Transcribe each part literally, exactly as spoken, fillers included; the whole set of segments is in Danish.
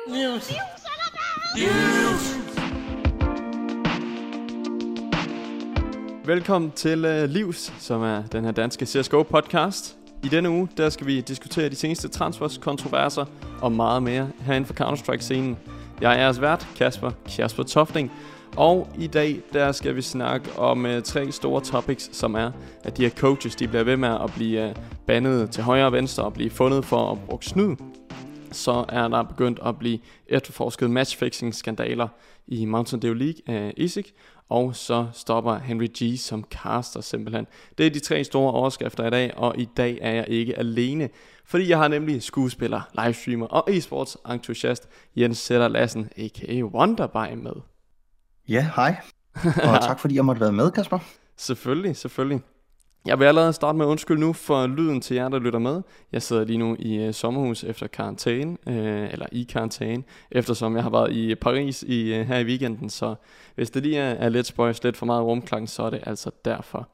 News. News. Velkommen til uh, Livs, som er den her danske C S G O podcast. I denne uge, der skal vi diskutere de seneste transfers, kontroverser og meget mere herinde for Counter-Strike-scenen. Jeg er jeres vært, Kasper Kasper Tofting, og i dag, der skal vi snakke om uh, tre store topics, som er, at de her coaches, de bliver ved med at blive uh, bandet til højre og venstre og blive fundet for at bruge snyd. Så er der begyndt at blive efterforsket matchfixing-skandaler i Mountain Dew League af Isik, og så stopper Henry G som caster simpelthen. Det er de tre store overskrifter i dag, og i dag er jeg ikke alene, fordi jeg har nemlig skuespiller, livestreamer og e-sports entusiast Jens Sætter Lassen, aka Wonderby, med. Ja, hej. Og tak fordi jeg måtte være med, Kasper. Selvfølgelig, selvfølgelig. Jeg vil allerede starte med at undskylde nu for lyden til jer, der lytter med. Jeg sidder lige nu i øh, sommerhus efter karantæne, øh, eller i karantæne, eftersom jeg har været i Paris i, øh, her i weekenden. Så hvis det lige er, er lidt spøjs, lidt for meget rumklang, så er det altså derfor.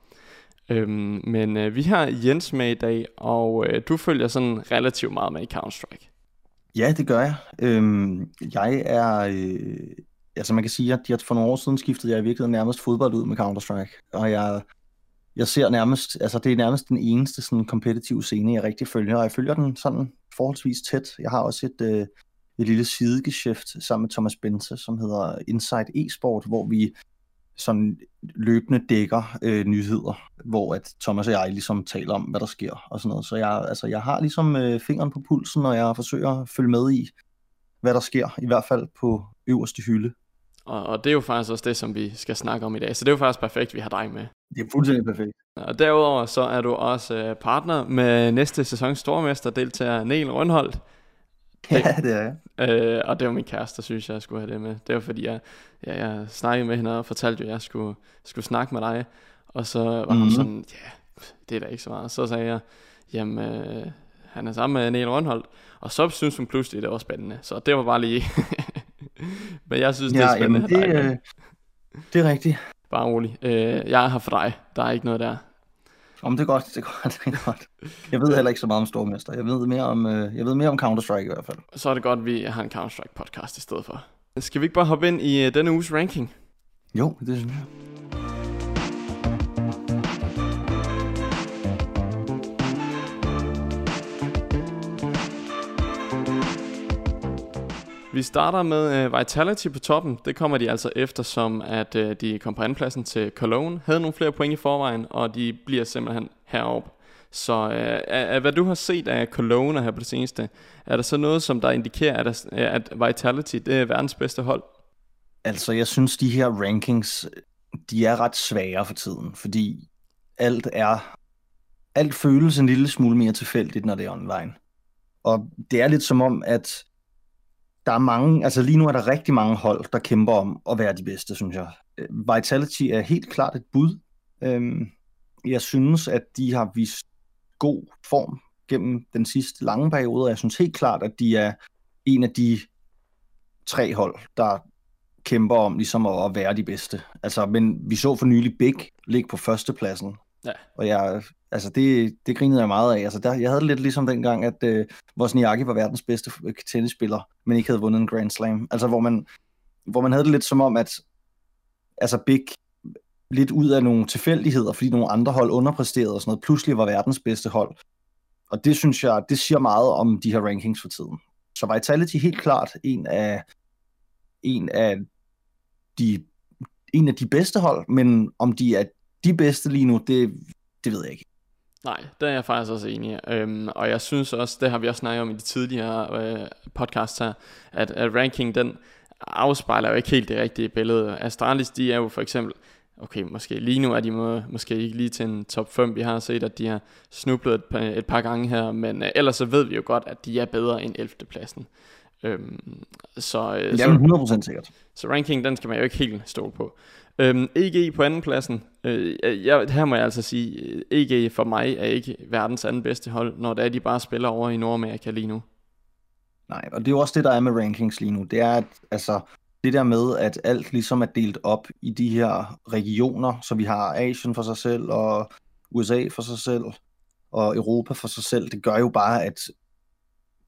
Øhm, men øh, vi har Jens med i dag, og øh, du følger sådan relativt meget med i Counter-Strike. Ja, det gør jeg. Øhm, jeg er... Øh, altså man kan sige, at for nogle år siden skiftede jeg i virkeligheden nærmest fodbold ud med Counter-Strike. Og jeg... Jeg ser nærmest, altså det er nærmest den eneste sådan kompetitive scene, jeg rigtig følger, og jeg følger den sådan forholdsvis tæt. Jeg har også et, øh, et lille sidegeschæft sammen med Thomas Bense, som hedder Inside eSport, hvor vi sådan løbende dækker øh, nyheder, hvor at Thomas og jeg ligesom taler om, hvad der sker og sådan noget. Så jeg, altså, jeg har ligesom øh, fingeren på pulsen, og jeg forsøger at følge med i, hvad der sker, i hvert fald på øverste hylde. Og, og det er jo faktisk også det, som vi skal snakke om i dag, så det er jo faktisk perfekt, vi har dig med. Det er fuldstændig perfekt. Og derudover så er du også partner med næste sæsons stormester, deltager Niel Rønholdt. Ja, det er jeg. Øh, og det var min kæreste, der synes, jeg skulle have det med. Det var fordi, jeg, ja, jeg snakkede med hende og fortalte jo, at jeg skulle, skulle snakke med dig. Og så var mm-hmm. hun sådan, ja, det er da ikke så meget. Så sagde jeg, jamen, øh, han er sammen med Niel Rønholdt. Og så synes hun pludselig, det var spændende. Så det var bare lige... Men jeg synes, ja, det er spændende. Jamen, det, øh, det er rigtigt. Bare rolig. Øh, jeg er her for dig. Der er ikke noget der. Om det er godt, det er godt, det er godt. Jeg ved heller ikke så meget om stormester. Jeg ved mere om, øh, jeg ved mere om Counter-Strike i hvert fald. Så er det godt, at vi har en Counter-Strike podcast i stedet for. Skal vi ikke bare hoppe ind i uh, denne uges ranking? Jo, det synes jeg. Vi starter med uh, Vitality på toppen. Det kommer de altså efter, som at uh, de kom på andenpladsen til Cologne. Havde nogle flere point i forvejen, og de bliver simpelthen heroppe. Så uh, af hvad du har set af Cologne her på det seneste, er der så noget, som der indikerer, at, at Vitality det er verdens bedste hold? Altså, jeg synes, de her rankings, de er ret svære for tiden, fordi alt er, alt føles en lille smule mere tilfældigt, når det er online. Og det er lidt som om, at der er mange, altså lige nu er der rigtig mange hold, der kæmper om at være de bedste, synes jeg. Vitality er helt klart et bud. Jeg synes, at de har vist god form gennem den sidste lange periode, og jeg synes helt klart, at de er en af de tre hold, der kæmper om ligesom at være de bedste. Altså, men vi så for nylig Big ligge på førstepladsen. Ja. Og jeg, altså det, det grinede jeg meget af. Altså der, jeg havde det lidt ligesom dengang, at øh, Wozniacki var verdens bedste tennisspiller, men ikke havde vundet en Grand Slam. Altså hvor man, hvor man havde det lidt som om, at altså Big lidt ud af nogle tilfældigheder, fordi nogle andre hold underpræsterede og sådan noget, pludselig var verdens bedste hold. Og det synes jeg, det siger meget om de her rankings for tiden. Så Vitality helt klart en af, en af de en af de bedste hold, men om de er de bedste lige nu, det, det ved jeg ikke. Nej, det er jeg faktisk også enig i. Øhm, og jeg synes også, det har vi også snakket om i de tidligere øh, podcasts her, at, at ranking, den afspejler jo ikke helt det rigtige billede. Astralis, de er jo for eksempel, okay, måske lige nu er de må, måske ikke lige til en top fem. Vi har set, at de har snublet et par, et par gange her, men øh, ellers så ved vi jo godt, at de er bedre end ellevte pladsen. Øhm, så, øh, det er hundrede procent sikkert. Så ranking, den skal man jo ikke helt stole på. Øhm, E G på anden pladsen. øh, jeg, Her må jeg altså sige, E G for mig er ikke verdens anden bedste hold, når det er, de bare spiller over i Nordamerika lige nu. Nej, og det er jo også det, der er med rankings lige nu. Det er, at altså, det der med, at alt ligesom er delt op i de her regioner, så vi har Asien for sig selv, og U S A for sig selv, og Europa for sig selv, det gør jo bare, at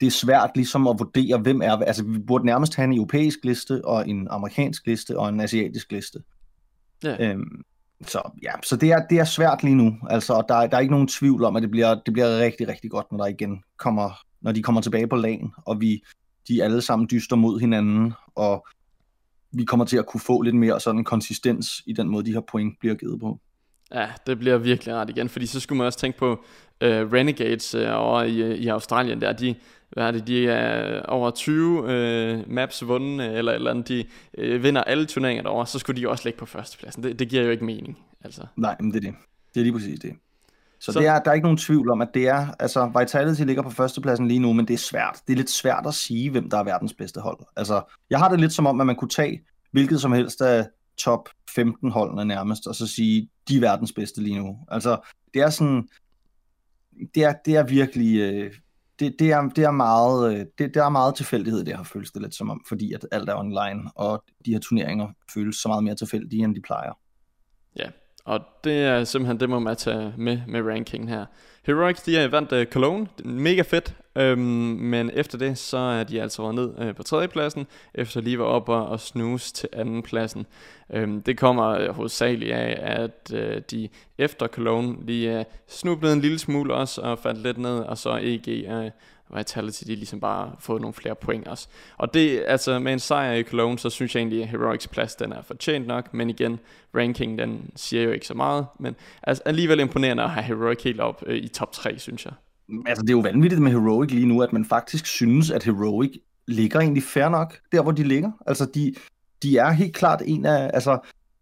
det er svært ligesom at vurdere, hvem er, altså vi burde nærmest have en europæisk liste, og en amerikansk liste, og en asiatisk liste. Ja. Øhm, så ja, så det er, det er svært lige nu, altså, og der, der er ikke nogen tvivl om, at det bliver, det bliver rigtig, rigtig godt, når der igen kommer, når de kommer tilbage på lagen, og vi, de alle sammen dyster mod hinanden, og vi kommer til at kunne få lidt mere sådan konsistens i den måde, de her point bliver givet på. Ja, det bliver virkelig ret igen, fordi så skulle man også tænke på uh, Renegades uh, over i, i Australien, der de, hvad er det, de er over tyve uh, maps vundet, eller eller andet, de uh, vinder alle turneringer derovre, så skulle de også ligge på førstepladsen. Det, det giver jo ikke mening, altså. Nej, men det er det. Det er lige præcis det. Så, så. Det er, der er ikke nogen tvivl om, at det er, altså Vitality ligger på førstepladsen lige nu, men det er svært. Det er lidt svært at sige, hvem der er verdens bedste hold. Altså, jeg har det lidt som om, at man kunne tage hvilket som helst af top femten holdene nærmest, og så sige, de er verdens bedste lige nu. Altså, det er sådan, det er, det er virkelig, det, det, er, det, er meget, det, det er meget tilfældighed, det har føles det lidt som om, fordi at alt er online, og de her turneringer føles så meget mere tilfældige, end de plejer. Ja, og det er simpelthen det, må man tage med med rankingen her. Heroics, de har vandt uh, Cologne, mega fedt, øhm, men efter det, så er de altså været ned uh, på tredjepladsen, efter lige var oppe og, og snuse til andenpladsen. Øhm, det kommer uh, hovedsageligt af, at uh, de efter Cologne lige uh, snublede en lille smule også, og faldt lidt ned, og så E G uh, Vitality, de ligesom bare fået nogle flere point også. Og det, altså med en sejr i Cologne, så synes jeg egentlig, at Heroics plads, den er fortjent nok, men igen, ranking, den siger jo ikke så meget, men altså alligevel imponerende at have Heroic helt op øh, i top tre, synes jeg. Altså det er jo vanvittigt med Heroic lige nu, at man faktisk synes, at Heroic ligger egentlig fair nok, der hvor de ligger. Altså de, de er helt klart en af, altså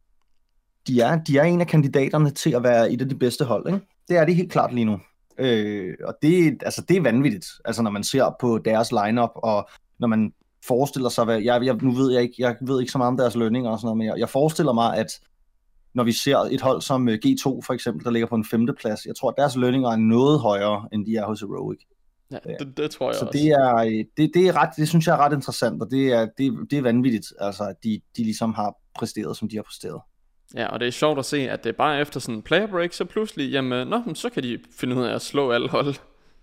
de er, de er en af kandidaterne til at være et af de bedste hold, ikke? Det er de helt klart lige nu. Øh, og det, altså, det er vanvittigt, altså når man ser på deres lineup, og når man forestiller sig, hvad, jeg, jeg, nu ved jeg ikke, jeg ved ikke så meget om deres lønninger og sådan noget, men jeg, jeg forestiller mig, at når vi ser et hold som G to for eksempel, der ligger på en femteplads, jeg tror, at deres lønninger er noget højere, end de er hos Heroic. Ja, det, det tror jeg så også. Så det er, det, det er ret, det synes jeg er ret interessant, og det er, det, det er vanvittigt, altså at de, de ligesom har præsteret, som de har præsteret. Ja, og det er sjovt at se, at det er bare efter sådan en player break, så pludselig, jamen, nå, så kan de finde ud af at slå alle hold.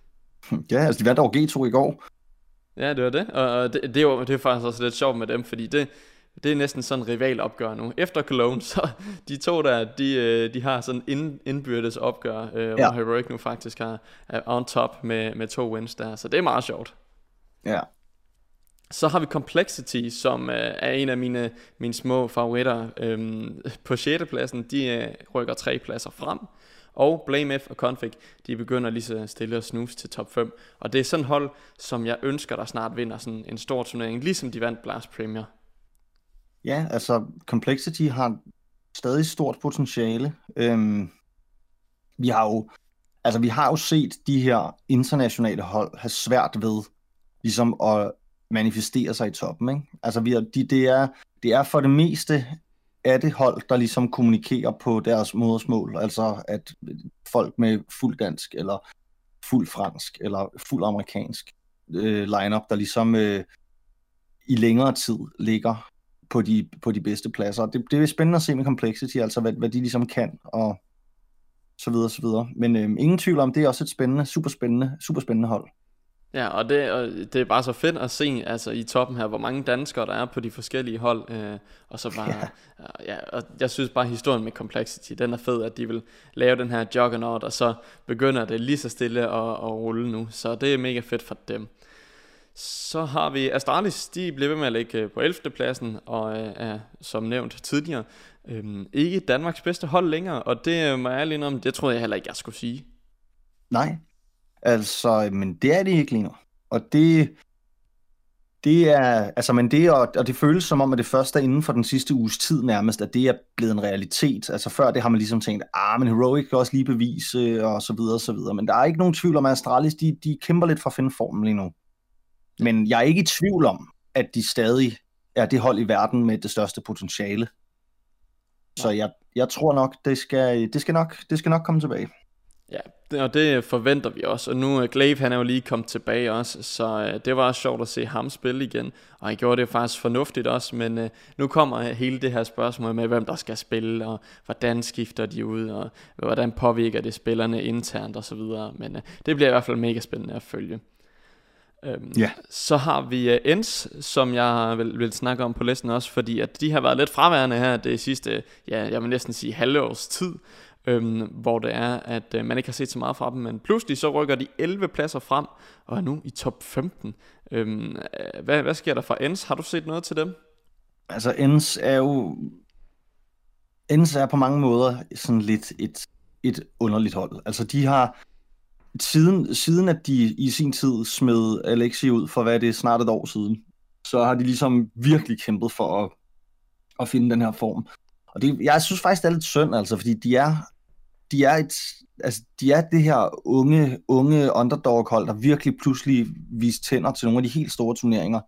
Ja, altså de vandt over G to i går. Ja, det var det, og det, det, er jo, det er faktisk også lidt sjovt med dem, fordi det, det er næsten sådan en rivalopgør nu. Efter Cologne, så de to der, de, de har sådan en indbyrdes opgør, øh, ja. Hvor Heroic nu faktisk har, er on top med, med to wins der, så det er meget sjovt. Ja. Så har vi Complexity, som øh, er en af mine, mine små favoritter. Øhm, på sjette pladsen, de øh, rykker tre pladser frem. Og Blame F og Config, de begynder lige så stille at snuse til top fem. Og det er sådan et hold, som jeg ønsker, der snart vinder sådan en stor turnering, ligesom de vandt Blast Premier. Ja, altså Complexity har stadig stort potentiale. Øhm, vi har jo, altså vi har jo set de her internationale hold have svært ved ligesom at manifestere sig i toppen, ikke? Altså vi er, de, det, er, det er for det meste af det hold, der ligesom kommunikerer på deres modersmål, altså at folk med fuld dansk, eller fuld fransk, eller fuld amerikansk øh, lineup, der ligesom øh, i længere tid ligger på de, på de bedste pladser. Det, det er spændende at se med Complexity, altså hvad, hvad de ligesom kan, og så videre, så videre. Men øh, ingen tvivl om, det er også et spændende, super spændende, super spændende hold. Ja, og det, og det er bare så fedt at se, altså i toppen her, hvor mange danskere der er på de forskellige hold, øh, og så bare, ja. ja, og jeg synes bare historien med Complexity, den er fed, at de vil lave den her juggernaut, og så begynder det lige så stille at, at rulle nu, så det er mega fedt for dem. Så har vi Astralis, de bliver ved med at ligge på ellevte pladsen, og er som nævnt tidligere, øh, ikke Danmarks bedste hold længere, og det må jeg ærlig om, det troede jeg heller ikke, jeg skulle sige. Nej. Altså, men det er det ikke lige nu. Og det, det er, altså, men det, og, og det føles som om, at det først er inden for den sidste uges tid nærmest, at det er blevet en realitet. Altså før det har man ligesom tænkt, ah, men Heroic kan også lige bevise, og så videre, og så videre. Men der er ikke nogen tvivl om, at Astralis, de, de kæmper lidt for at finde formen lige nu. Men jeg er ikke i tvivl om, at de stadig er det hold i verden med det største potentiale. Så jeg, jeg tror nok, det skal, det skal nok, det skal nok komme tilbage. Ja, og det forventer vi også. Og nu Glaive, han er jo lige kommet tilbage også, så uh, det var også sjovt at se ham spille igen. Og han gjorde det faktisk fornuftigt også, men uh, nu kommer hele det her spørgsmål med, hvem der skal spille, og hvordan skifter de ud, og hvordan påvirker det spillerne internt og så videre. Men uh, det bliver i hvert fald mega spændende at følge. Øhm, Ja. Så har vi uh, Ends, som jeg vil, vil snakke om på listen også, fordi at de har været lidt fraværende her det sidste, ja, jeg vil næsten sige halve års tid, øhm, hvor det er, at øh, man ikke har set så meget fra dem, men pludselig så rykker de elleve pladser frem, og er nu i top femten. Øhm, øh, hvad, hvad sker der fra Ends? Har du set noget til dem? Altså, Ends er jo... Ends er på mange måder sådan lidt et, et underligt hold. Altså, de har... Siden, siden at de i sin tid smed Alexi ud for, hvad er det, snart et år siden, så har de ligesom virkelig kæmpet for at, at finde den her form. Og det, jeg synes faktisk, det er lidt synd, altså, fordi de er, de er, et, altså, de er det her unge, unge underdog-hold, der virkelig pludselig viste tænder til nogle af de helt store turneringer.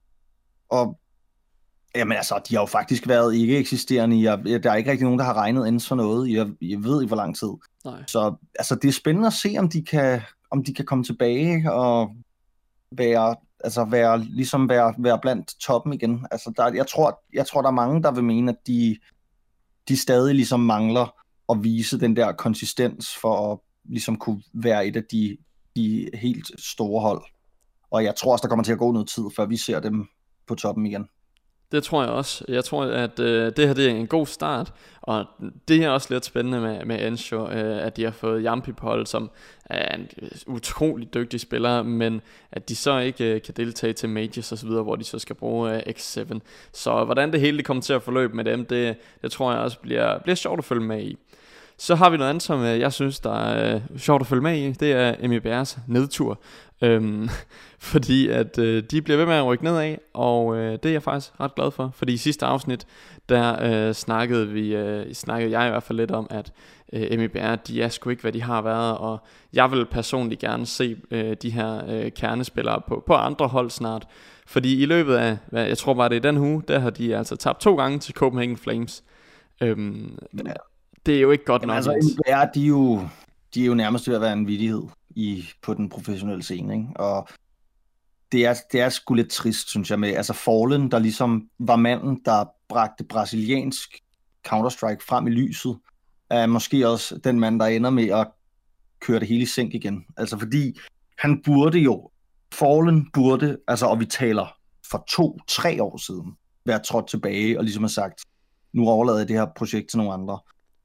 Og jamen altså, de har jo faktisk været ikke eksisterende. Jeg, der er ikke rigtig nogen, der har regnet Ends for noget. Jeg, jeg ved i hvor lang tid. Nej. Så altså, det er spændende at se, om de kan, om de kan komme tilbage og være, altså være, ligesom være, være blandt toppen igen. Altså, der, jeg, tror, jeg tror, der er mange, der vil mene, at de, de stadig ligesom mangler at vise den der konsistens for at ligesom kunne være et af de, de helt store hold. Og jeg tror også, der kommer til at gå noget tid, før vi ser dem på toppen igen. Det tror jeg også. Jeg tror, at øh, det her det er en god start, og det er også lidt spændende med, med Ensure, øh, at de har fået Jampi på hold, som er en utrolig dygtig spiller, men at de så ikke øh, kan deltage til Majors og så videre, hvor de så skal bruge øh, X syv. Så hvordan det hele det kommer til at forløbe med dem, det, det tror jeg også bliver, bliver sjovt at følge med i. Så har vi noget andet, som øh, jeg synes, der er øh, sjovt at følge med i. Det er M I B R's nedtur. Øhm, fordi at øh, de bliver ved med at rykke nedad, og øh, det er jeg faktisk ret glad for. Fordi i sidste afsnit, der øh, snakkede vi, øh, snakkede jeg i hvert fald lidt om, at øh, M I B R, de er sgu ikke, hvad de har været. Og jeg vil personligt gerne se øh, de her øh, kernespillere på, på andre hold snart. Fordi i løbet af, hvad, jeg tror bare det er den uge, der har de altså tabt to gange til Copenhagen Flames. Øhm, ja. Det er jo ikke godt Jamen, nok. altså, M I B R, de er jo, de er jo nærmest ved at være en vittighed i, på den professionelle scene, ikke? Og det er, det er sgu lidt trist, synes jeg, med altså Fallen, der ligesom var manden, der bragte brasiliansk Counter-Strike frem i lyset, er måske også den mand, der ender med at køre det hele i sænk igen. Altså fordi han burde jo, Fallen burde, altså og vi taler for to, tre år siden, være trådt tilbage og ligesom har sagt, nu overlader jeg det her projekt til nogle andre.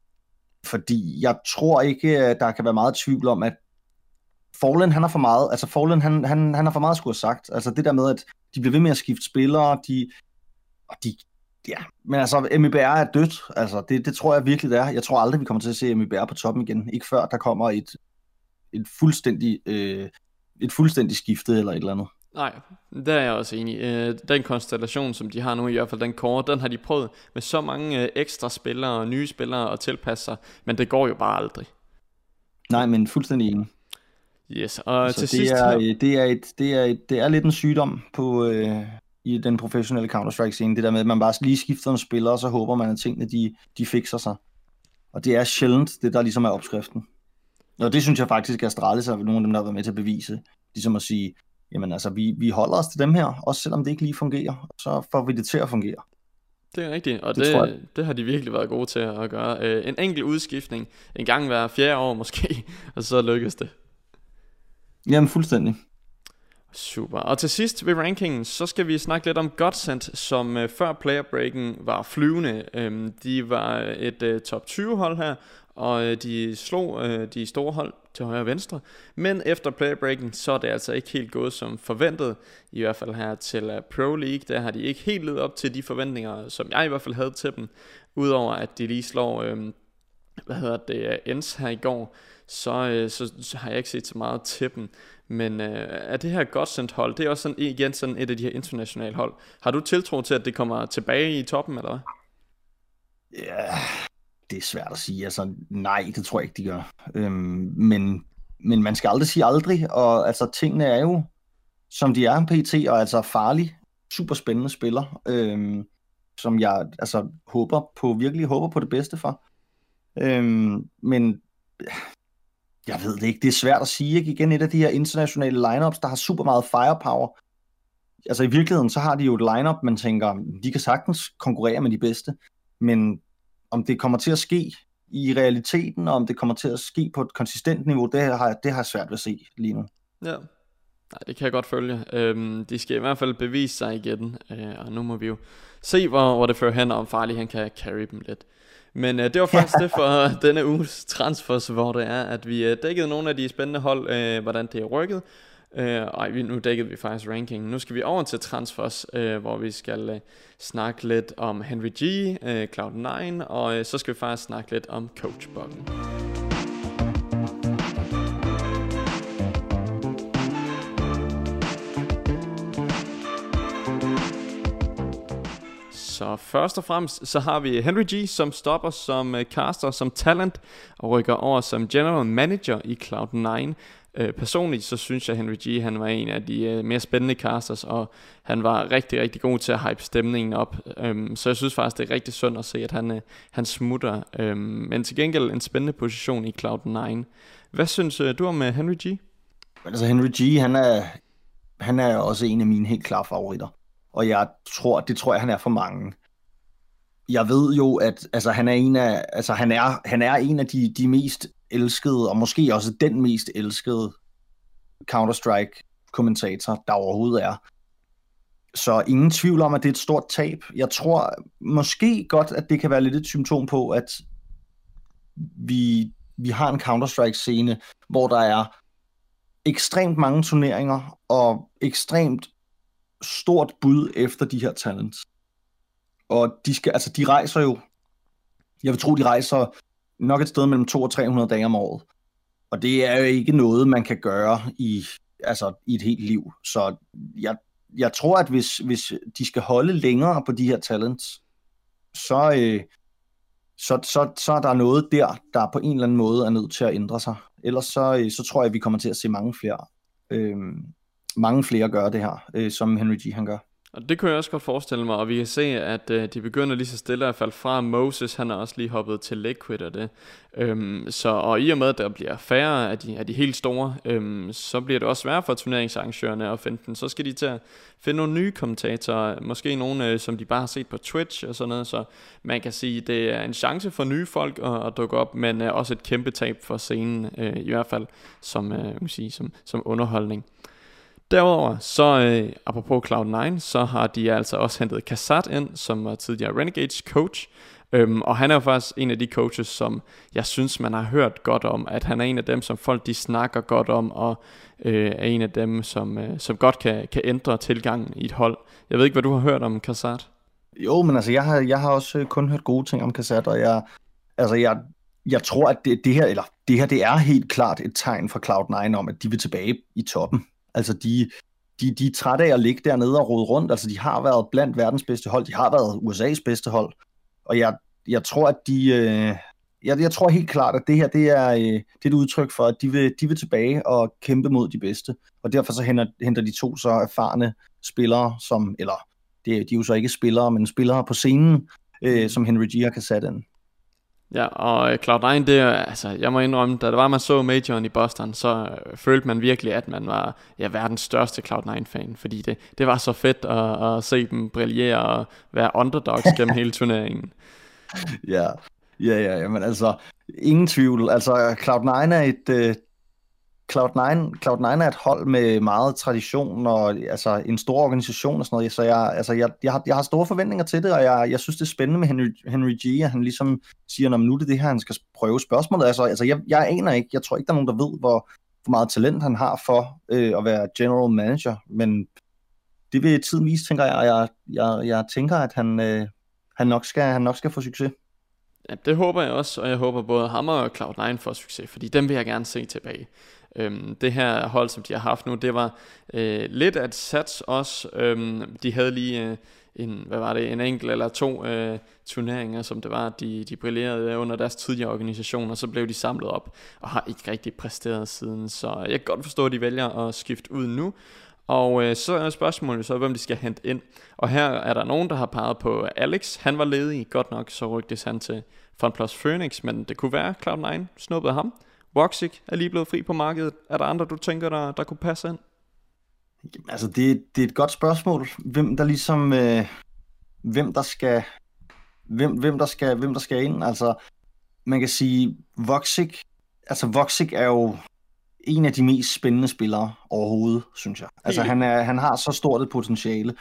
Fordi jeg tror ikke, der kan være meget tvivl om, at Fallen, han har for meget, altså Fallen, han, han, han har for meget skulle have sagt. Altså det der med, at de bliver ved med at skifte spillere, de, og de, ja, men altså M I B R er dødt, altså det, det tror jeg virkelig det er. Jeg tror aldrig, vi kommer til at se M I B R på toppen igen, ikke før der kommer et, et fuldstændig, øh, et fuldstændig skifte eller et eller andet. Nej, der er jeg også enig. Øh, den konstellation, som de har nu, i hvert fald den core, den har de prøvet med så mange øh, ekstra spillere og nye spillere at tilpasse sig, men det går jo bare aldrig. Nej, men fuldstændig enig. Yes, og så til det sidst er, det er et, det er et, det er lidt en sygdom på øh, i den professionelle Counter-Strike scene, det der med at man bare lige skifter nogle spillere, og så håber man at tingene de de fikser sig. Og det er sjældent det der ligesom er opskriften. Og det synes jeg faktisk er Astralis og nogle af dem der har været med til at bevise, ligesom at sige, jamen altså vi vi holder os til dem her, også selvom det ikke lige fungerer, så får vi det til at fungere. Det er rigtigt, og det, det, det har de virkelig været gode til at gøre. Øh, en enkelt udskiftning, en gang hver fjerde år måske, og så lykkes det. Jamen fuldstændig. Super. Og til sidst ved rankingen, så skal vi snakke lidt om Godsend, som uh, før playerbreaken var flyvende. Um, de var et uh, top tyve hold her, og uh, de slog uh, de store hold til højre og venstre. Men efter playerbreaken, så er det altså ikke helt gået som forventet. I hvert fald her til uh, Pro League, der har de ikke helt levet op til de forventninger, som jeg i hvert fald havde til dem. Udover at de lige slår, um, hvad hedder det, Ends her i går, så, uh, så, så har jeg ikke set så meget til dem. Men øh, er det her Godsend hold, det er også sådan, igen sådan et af de her internationale hold. Har du tiltro til, at det kommer tilbage i toppen, eller hvad? Ja, det er svært at sige. Altså, nej, det tror jeg ikke, de gør. Øhm, men, men man skal aldrig sige aldrig, og altså, tingene er jo, som de er P T, og altså farlig, super spændende spiller, øhm, som jeg altså håber på, virkelig håber på det bedste for. Øhm, men jeg ved det ikke, det er svært at sige, ikke? Igen et af de her internationale lineups, der har super meget firepower. Altså i virkeligheden, så har de jo et lineup, man tænker, de kan sagtens konkurrere med de bedste, men om det kommer til at ske i realiteten, og om det kommer til at ske på et konsistent niveau, det har, det har jeg svært ved at se lige nu. Ja, Nej, det kan jeg godt følge. Øhm, de skal i hvert fald bevise sig igen, øh, og nu må vi jo se, hvor, hvor det fører hen, og om Farley han kan carry dem lidt. Men øh, det var faktisk det for denne uges transfers, hvor det er, at vi øh, dækkede nogle af de spændende hold, øh, hvordan det er rykket. Øh, og nu dækkede vi faktisk ranking. Nu skal vi over til transfers, øh, hvor vi skal øh, snakke lidt om Henry G, øh, Cloud nine, og øh, så skal vi faktisk snakke lidt om coachblokken. Så først og fremmest så har vi Henry G, som stopper som uh, caster, som talent, og rykker over som general manager i Cloud nine. Uh, personligt så synes jeg, at Henry G han var en af de uh, mere spændende casters, og han var rigtig, rigtig god til at hype stemningen op. Um, så jeg synes faktisk, det er rigtig synd at se, at han, uh, han smutter. Um, men til gengæld en spændende position i Cloud nine. Hvad synes uh, du om uh, Henry G? Altså Henry G, han er, han er også en af mine helt klare favoritter. Og jeg tror, det tror jeg, han er for mange. Jeg ved jo, at altså, han er en af, altså, han er, han er en af de, de mest elskede, og måske også den mest elskede Counter-Strike-kommentator, der overhovedet er. Så ingen tvivl om, at det er et stort tab. Jeg tror måske godt, at det kan være lidt et symptom på, at vi, vi har en Counter-Strike-scene, hvor der er ekstremt mange turneringer, og ekstremt stort bud efter de her talents. Og de skal, altså de rejser jo, jeg vil tro, de rejser nok et sted mellem to og tre hundrede dage om året. Og det er jo ikke noget, man kan gøre i, altså, i et helt liv. Så jeg, jeg tror, at hvis, hvis de skal holde længere på de her talents, så, øh, så, så, så er der noget der, der på en eller anden måde er nødt til at ændre sig. Ellers så, øh, så tror jeg, at vi kommer til at se mange flere øh, mange flere gøre det her, øh, som Henry G han gør. Og det kunne jeg også godt forestille mig, og vi kan se, at øh, de begynder lige så stille at falde fra. Moses, han er også lige hoppet til Liquid og det. Øhm, så, og i og med, at der bliver færre af de, af de helt store, øhm, så bliver det også svært for turneringsarrangørerne at finde den. Så skal de til at finde nogle nye kommentatorer, måske nogle, øh, som de bare har set på Twitch og sådan noget. Så man kan sige, det er en chance for nye folk at, at dukke op, men øh, også et kæmpe tab for scenen, øh, i hvert fald som, øh, kan sige, som, som underholdning. Derudover, så øh, apropos Cloud nine, så har de altså også hentet Kassat ind, som var tidligere Renegades coach. Øhm, og han er jo faktisk en af de coaches, som jeg synes, man har hørt godt om. At han er en af dem, som folk de snakker godt om, og øh, er en af dem, som, øh, som godt kan, kan ændre tilgangen i et hold. Jeg ved ikke, hvad du har hørt om Kassat? Jo, men altså, jeg har, jeg har også kun hørt gode ting om Kassat, og jeg, altså, jeg, jeg tror, at det, det her, eller det her, det er helt klart et tegn fra Cloud nine om, at de vil tilbage i toppen. Altså, de, de, de er trætte af at ligge dernede og rode rundt. Altså, de har været blandt verdens bedste hold. De har været U S A's bedste hold. Og jeg, jeg tror, at de... Øh, jeg, jeg tror helt klart, at det her, det er, øh, det er et udtryk for, at de vil, de vil tilbage og kæmpe mod de bedste. Og derfor så henter, henter de to så erfarne spillere, som... Eller, det, de er jo så ikke spillere, men spillere på scenen, øh, som Henry G har kan sætte ind. Ja, og Cloud nine, det er, altså, jeg må indrømme, da det var, man så majoren i Boston, så øh, følte man virkelig, at man var ja, verdens største Cloud nine-fan, fordi det, det var så fedt at, at se dem brillere og være underdogs gennem hele turneringen. Ja, ja, ja, men altså, ingen tvivl. Altså, Cloud nine er et... Øh, Cloud nine, Cloud nine er et hold med meget tradition og altså en stor organisation og sådan noget, så jeg, altså jeg, jeg, har, jeg har store forventninger til det, og jeg, jeg synes, det er spændende med Henry, Henry G, at han ligesom siger, når nu er det det her, han skal prøve spørgsmålet. Altså, altså jeg, jeg aner ikke, jeg tror ikke, der er nogen, der ved, hvor, hvor meget talent han har for øh, at være general manager, men det vil tiden vise, tænker jeg, og jeg, jeg, jeg tænker, at han, øh, han, nok skal, han nok skal få succes. Ja, det håber jeg også, og jeg håber både ham og Cloud nine får succes, fordi dem vil jeg gerne se tilbage. Øhm, det her hold, som de har haft nu, det var øh, lidt at sats også. Øhm, de havde lige øh, en, hvad var det, en enkelt eller to øh, turneringer, som det var, de, de brillerede under deres tidligere organisation, og så blev de samlet op og har ikke rigtig præsteret siden. Så jeg kan godt forstå, at de vælger at skifte ud nu. Og øh, så er spørgsmålet så, hvem de skal hente ind. Og her er der nogen, der har peget på Alex. Han var ledig, godt nok, så rygtes han til FunPlus Phoenix, men det kunne være Cloud nine snuppede ham. Voxic er lige blevet fri på markedet. Er der andre, du tænker, der, der kunne passe ind? Jamen, altså, det, det er et godt spørgsmål. Hvem der ligesom... Øh, hvem der skal... Hvem, hvem, der skal, hvem der skal ind? Altså, man kan sige, Voxic... Altså, Voxic er jo... en af de mest spændende spillere overhovedet, synes jeg. Altså, han, er, han har så stort et potentiale.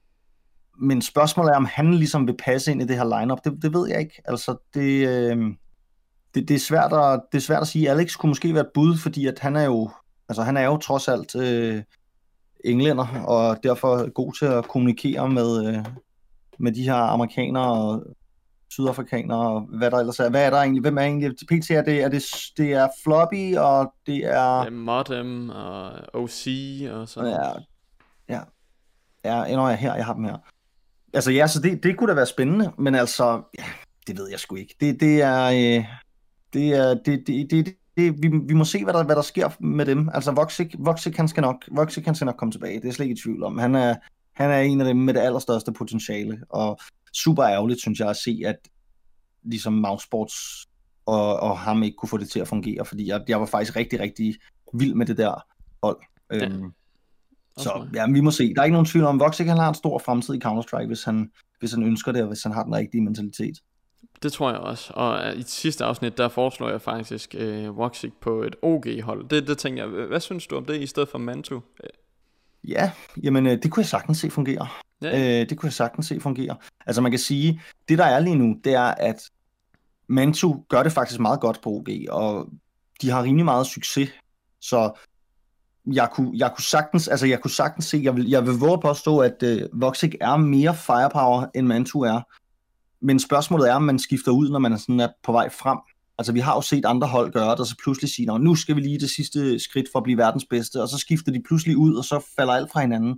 Men spørgsmålet er, om han ligesom vil passe ind i det her lineup. Det, det ved jeg ikke. Altså, det, øh, det, det, er svært at, det er svært at sige. Alex kunne måske være et bud, fordi at han er jo, altså, han er jo trods alt øh, englænder, og derfor god til at kommunikere med, øh, med de her amerikanere og sydafrikanere, og hvad der ellers er. Hvad er der egentlig? Hvem er egentlig? P T er det, er det, det er Floppy, og det er... Det er Modem og O C og sådan Ja, ja. Ja, når jeg er her, jeg har dem her. Altså ja, så det, det kunne da være spændende, men altså, ja, det ved jeg sgu ikke. Det, det er... Øh, det er... Det, det, det, det, det, vi, vi må se, hvad der, hvad der sker med dem. Altså, Voxic, Voxic, han skal nok, Voxic, han skal nok komme tilbage. Det er slet ikke i tvivl om. Han er, han er en af dem med det allerstørste potentiale, og super ærgerligt, synes jeg, at se, at ligesom Mousesports og, og ham ikke kunne få det til at fungere, fordi jeg, jeg var faktisk rigtig, rigtig vild med det der hold. Ja. Øhm, så ja, vi må se. Der er ikke nogen tvivl om, Voxic, han har en stor fremtid i Counter-Strike, hvis han, hvis han ønsker det, og hvis han har den rigtige mentalitet. Det tror jeg også, og i sidste afsnit, der foreslår jeg faktisk øh, Voxic på et O G-hold. Det, det tænker jeg, hvad synes du om det i stedet for Mantu? Ja, jamen det kunne jeg sagtens se fungere. Ja. Øh, det kunne jeg sagtens se fungere. Altså man kan sige, det der er lige nu, det er, at Mantu gør det faktisk meget godt på O G, og de har rimelig meget succes, så jeg kunne, jeg kunne sagtens, altså jeg kunne sagtens se, jeg vil, jeg vil våge påstå, at uh, Voxic er mere firepower, end Mantu er. Men spørgsmålet er, om man skifter ud, når man er, sådan er på vej frem. Altså vi har jo set andre hold gøre det, og så pludselig sige, nu skal vi lige det sidste skridt for at blive verdens bedste, og så skifter de pludselig ud, og så falder alt fra hinanden.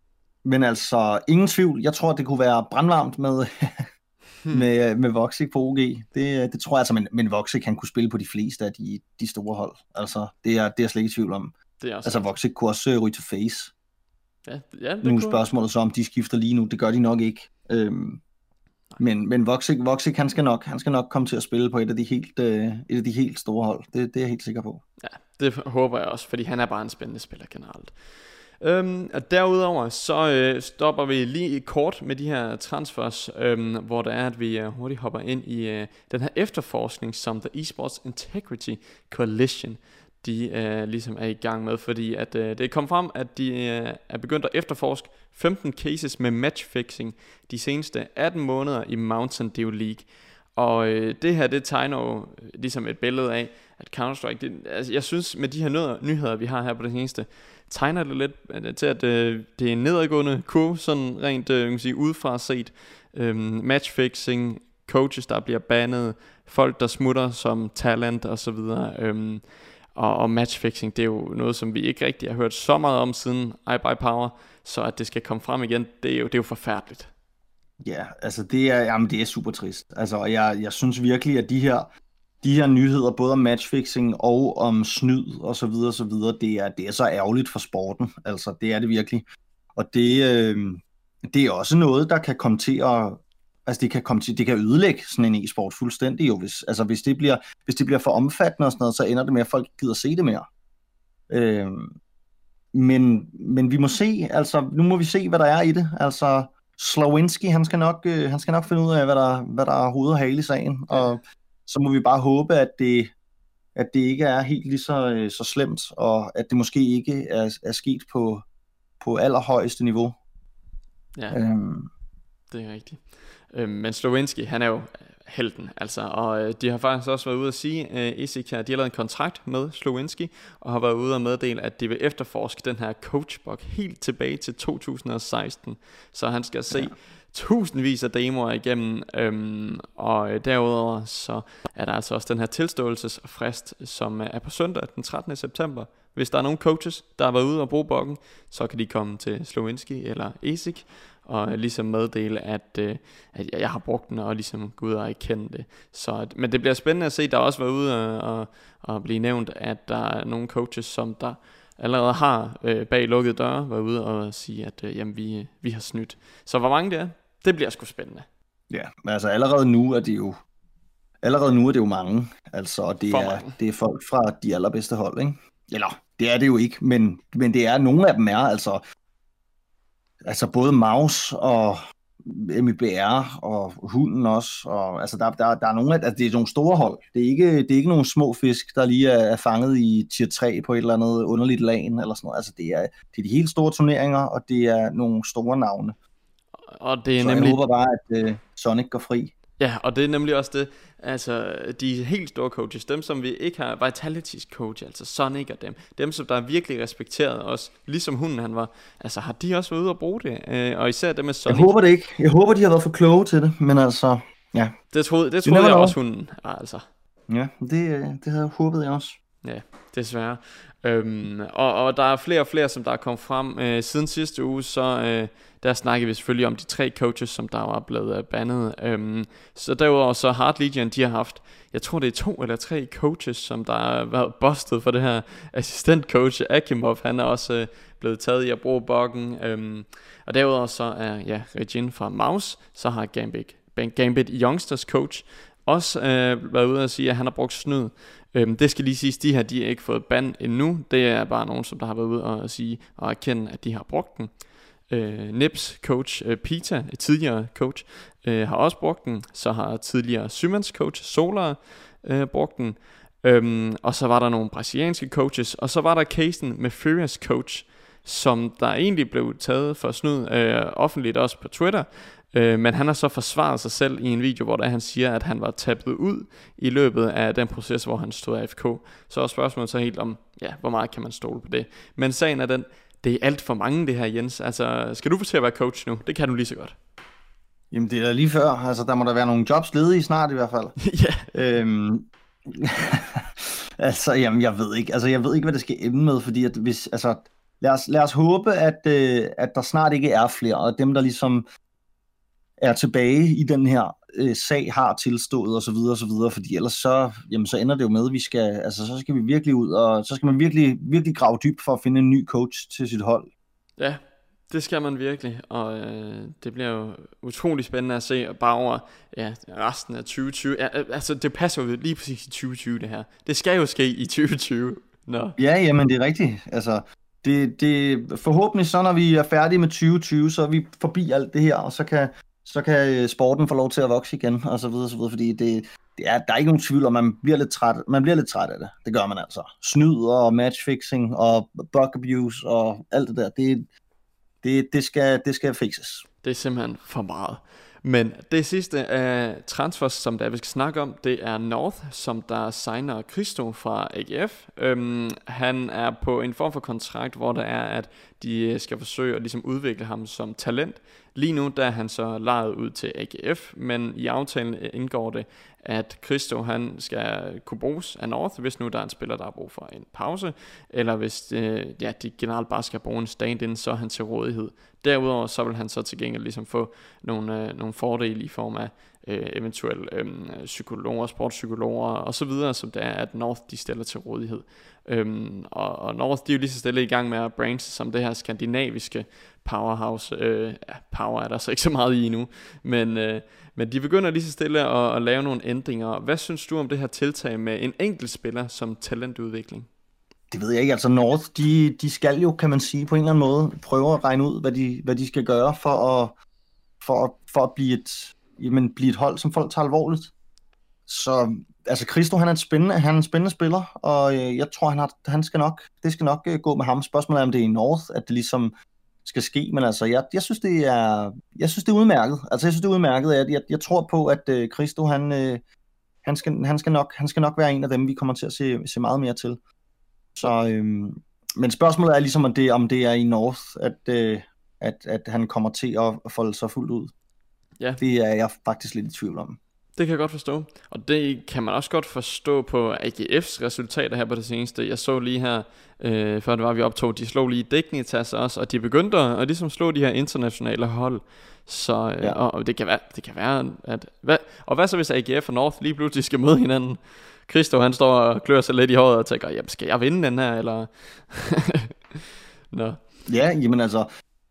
Men altså, ingen tvivl, jeg tror, det kunne være brandvarmt med, hmm. med, med Voxic på O G. Det, det tror jeg altså, men, men Voxic kan kunne spille på de fleste af de, de store hold. Altså, det er, det er slet ikke i tvivl om. Det er også altså, Voxic kunne også ryge til face. Ja, ja, det nu er spørgsmålet så, om de skifter lige nu. Det gør de nok ikke. Øhm, men men Voxic, Voxic han, skal nok, han skal nok komme til at spille på et af de helt, øh, et af de helt store hold. Det, det er jeg helt sikker på. Ja, det håber jeg også, fordi han er bare en spændende spiller generelt. Øhm, og derudover så øh, stopper vi lige kort med de her transfers, øhm, hvor det er, at vi øh, hurtigt hopper ind i øh, den her efterforskning, som The Esports Integrity Coalition de øh, ligesom er i gang med, fordi at øh, det er kommet frem, at de øh, er begyndt at efterforske femten cases med matchfixing de seneste atten måneder i Mountain Dew League. Og øh, det her, det tegner jo ligesom et billede af, at Counter-Strike, det, altså jeg synes med de her nyheder, vi har her på det seneste, tegner det lidt til, at øh, det er en nedadgående kurve, sådan rent øh, kan sige, udefra set. Øhm, matchfixing, coaches, der bliver bandet, folk, der smutter som talent og så videre. Øhm, og, og matchfixing, det er jo noget, som vi ikke rigtig har hørt så meget om siden iBuyPower, så at det skal komme frem igen, det er jo, det er jo forfærdeligt. Ja, altså det er, jamen det er super trist. Altså jeg, jeg synes virkelig, at de her De her nyheder, både om matchfixing og om snyd og så videre, så videre, det er, det er så ærgerligt for sporten. Altså, det er det virkelig. Og det, øh, det er også noget, der kan komme til at, altså det kan komme til, det kan ødelægge sådan en e-sport fuldstændig jo. Hvis, altså, hvis det bliver, hvis det bliver for omfattende og sådan noget, så ender det med, at folk gider se det mere. Øh, men, men vi må se, altså, nu må vi se, hvad der er i det. Altså, Slowinski, han skal nok, øh, han skal nok finde ud af, hvad der, hvad der er hoved og hale i sagen, og så må vi bare håbe, at det, at det ikke er helt lige så, så slemt, og at det måske ikke er, er sket på, på allerhøjeste niveau. Ja, øhm. det er rigtigt. Øhm, men Slowinski, han er jo helten, altså, og øh, de har faktisk også været ude at sige, øh, E S I C her, de har lavet en kontrakt med Slowinski, og har været ude at meddele, at de vil efterforske den her coachbug helt tilbage til to tusind og seksten, så han skal se ja. tusindvis af demoer igennem, øhm, og derudover så er der altså også den her tilståelsesfrist, som er på søndag den trettende september. Hvis der er nogle coaches, der har været ude og bruge bokken, så kan de komme til Slowinski eller E S I C og ligesom meddele, at, øh, at jeg har brugt den, og ligesom gå ud og erkende det. Så, men det bliver spændende at se. Der har også været ude og, og, og blive nævnt, at der er nogle coaches, som der allerede har øh, bag lukkede døre været ude og sige, at øh, jamen, vi, vi har snydt. Så hvor mange det er, det bliver sgu spændende. Ja, men altså allerede nu er det jo allerede nu er det jo mange. Altså, og det er, det er folk fra de allerbedste hold, ikke? Eller, det er det jo ikke, men, men det er, nogle af dem er, altså, altså både Mouse og M I B R og Hunden også, og altså der, der, der er nogle af, altså det er nogle store hold. Det er ikke, det er ikke nogle små fisk, der lige er, er fanget i tier tre på et eller andet underligt lagen eller sådan noget. Altså det er, det er de helt store turneringer, og det er nogle store navne. Og det er Så nemlig... jeg håber bare, at uh, Sonic går fri. Ja, og det er nemlig også det, altså de helt store coaches, dem som vi ikke har, Vitality's coach, altså Sonic og dem, dem som der er virkelig respekteret også, ligesom Hunden han var, altså har de også været ude og bruge det, øh, og især det med Sonic. Jeg håber det ikke, jeg håber de har været for kloge til det, men altså, ja. Det troede, det troede jeg også Hunden, altså. Ja, det, det havde jeg håbet jeg også. Ja, desværre. Øhm, og, og der er flere og flere, som der er kommet frem øh, siden sidste uge, så øh, der snakker vi selvfølgelig om de tre coaches, som der var blevet øh, bandet. Øhm, så derudover så Hard Legion, de har haft, jeg tror det er to eller tre coaches, som der har været bustet for det her. Assistentcoach Akimov, han er også øh, blevet taget i at bruge bokken. Øhm, og derudover så er ja, Regin fra Mouse, så har Gambit, Gambit Youngsters coach også øh, været ude at sige, at han har brugt snyd. Øhm, det skal lige siges, de her de har ikke fået ban endnu. Det er bare nogen, som der har været ude og sige og erkende, at de har brugt den. øh, Nips coach øh, Pita, tidligere coach, øh, har også brugt den. Så har tidligere Symons coach Solar øh, brugt den. øhm, Og så var der nogle brasilianske coaches. Og så var der casen med Furious coach, som der egentlig blev taget for snyd øh, offentligt også på Twitter. Øh, men han har så forsvaret sig selv i en video, hvor der han siger, at han var tappet ud i løbet af den proces, hvor han stod A F K. Så er spørgsmålet så helt om, ja, hvor meget kan man stole på det. Men sagen er den, det er alt for mange det her, Jens. Altså, skal du få til at være coach nu? Det kan du lige så godt. Jamen det er da lige før, altså der må der være nogle jobs ledige snart i hvert fald. Ja. øhm, altså, jamen jeg ved ikke, altså jeg ved ikke, hvad det skal ende med, fordi at hvis, altså, lad os, lad os håbe, at, øh, at der snart ikke er flere, og dem der ligesom er tilbage i den her øh, sag, har tilstået og så videre og så videre, fordi ellers så, jamen, så ender det jo med, at vi skal, altså så skal vi virkelig ud, og så skal man virkelig, virkelig grave dybt for at finde en ny coach til sit hold. Ja, det skal man virkelig, og øh, det bliver jo utrolig spændende at se bare over ja, resten af tyve tyve. Ja, altså det passer jo lige præcis i tyve tyve det her. Det skal jo ske i tyve tyve. Nå. Ja, jamen det er rigtigt. Altså det, det forhåbentlig så når vi er færdige med tyve tyve, så er vi forbi alt det her, og så kan så kan sporten få lov til at vokse igen, og så videre, og så videre, fordi det, det er, der er ikke nogen tvivl om, man bliver lidt træt, man bliver lidt træt af det. Det gør man altså. Snyd og matchfixing og bug abuse og alt det der, det, det, det, skal, det skal fikses. Det er simpelthen for meget. Men det sidste af transfers, som der vi skal snakke om, det er North, som der signer Christo fra A G F. Øhm, han er på en form for kontrakt, hvor der er, at de skal forsøge at ligesom udvikle ham som talent. Lige nu der er han så lejet ud til A G F, men i aftalen indgår det, at Christo han skal kunne bruges af North, hvis nu der er en spiller, der har brug for en pause, eller hvis øh, ja, de generelt bare skal bruge en stand-in, så er han til rådighed. Derudover så vil han så til gengæld ligesom få nogle, øh, nogle fordele i form af øh, eventuelle øh, psykologer, sportspsykologer og så videre, som det er, at North de stiller til rådighed. Øhm, og, og North de er jo lige så stille i gang med at branche som det her skandinaviske powerhouse. øh, ja, Power er der så ikke så meget i nu, men, øh, men de begynder lige så stille at, at lave nogle ændringer. Hvad synes du om det her tiltag med en enkelt spiller som talentudvikling? Det ved jeg ikke, altså North, de, de skal jo, kan man sige, på en eller anden måde prøve at regne ud, hvad de, hvad de skal gøre for at, for at, for at blive, et, jamen, blive et hold, som folk tager alvorligt. Så altså Christo, han er en spændende, han er en spændende spiller, og øh, jeg tror, han, har, han skal nok, det skal nok øh, gå med ham. Spørgsmålet er, om det er i North, at det ligesom skal ske, men altså, jeg, jeg synes, det er, jeg synes, det er udmærket. Altså, jeg synes, det er udmærket, at jeg, jeg tror på, at øh, Christo, han, øh, han, skal, han, skal nok, han skal nok være en af dem, vi kommer til at se, se meget mere til. Så, øhm, men spørgsmålet er ligesom, om det, om det er i North, at, øh, at, at han kommer til at folde sig fuldt ud. Ja. Det er jeg faktisk lidt i tvivl om. Det kan jeg godt forstå, og det kan man også godt forstå på A G F's resultater her på det seneste. Jeg så lige her, øh, før det var vi optog, de slog lige Dignitas også, og de begyndte at, at ligesom slå de her internationale hold. Så øh, ja. og, og det kan være, det kan være at hvad, og hvad så hvis A G F og North lige pludselig skal møde hinanden? Christo han står og klør sig lidt i håret og tænker, jamen skal jeg vinde den her eller? Nå. Ja, jamen altså.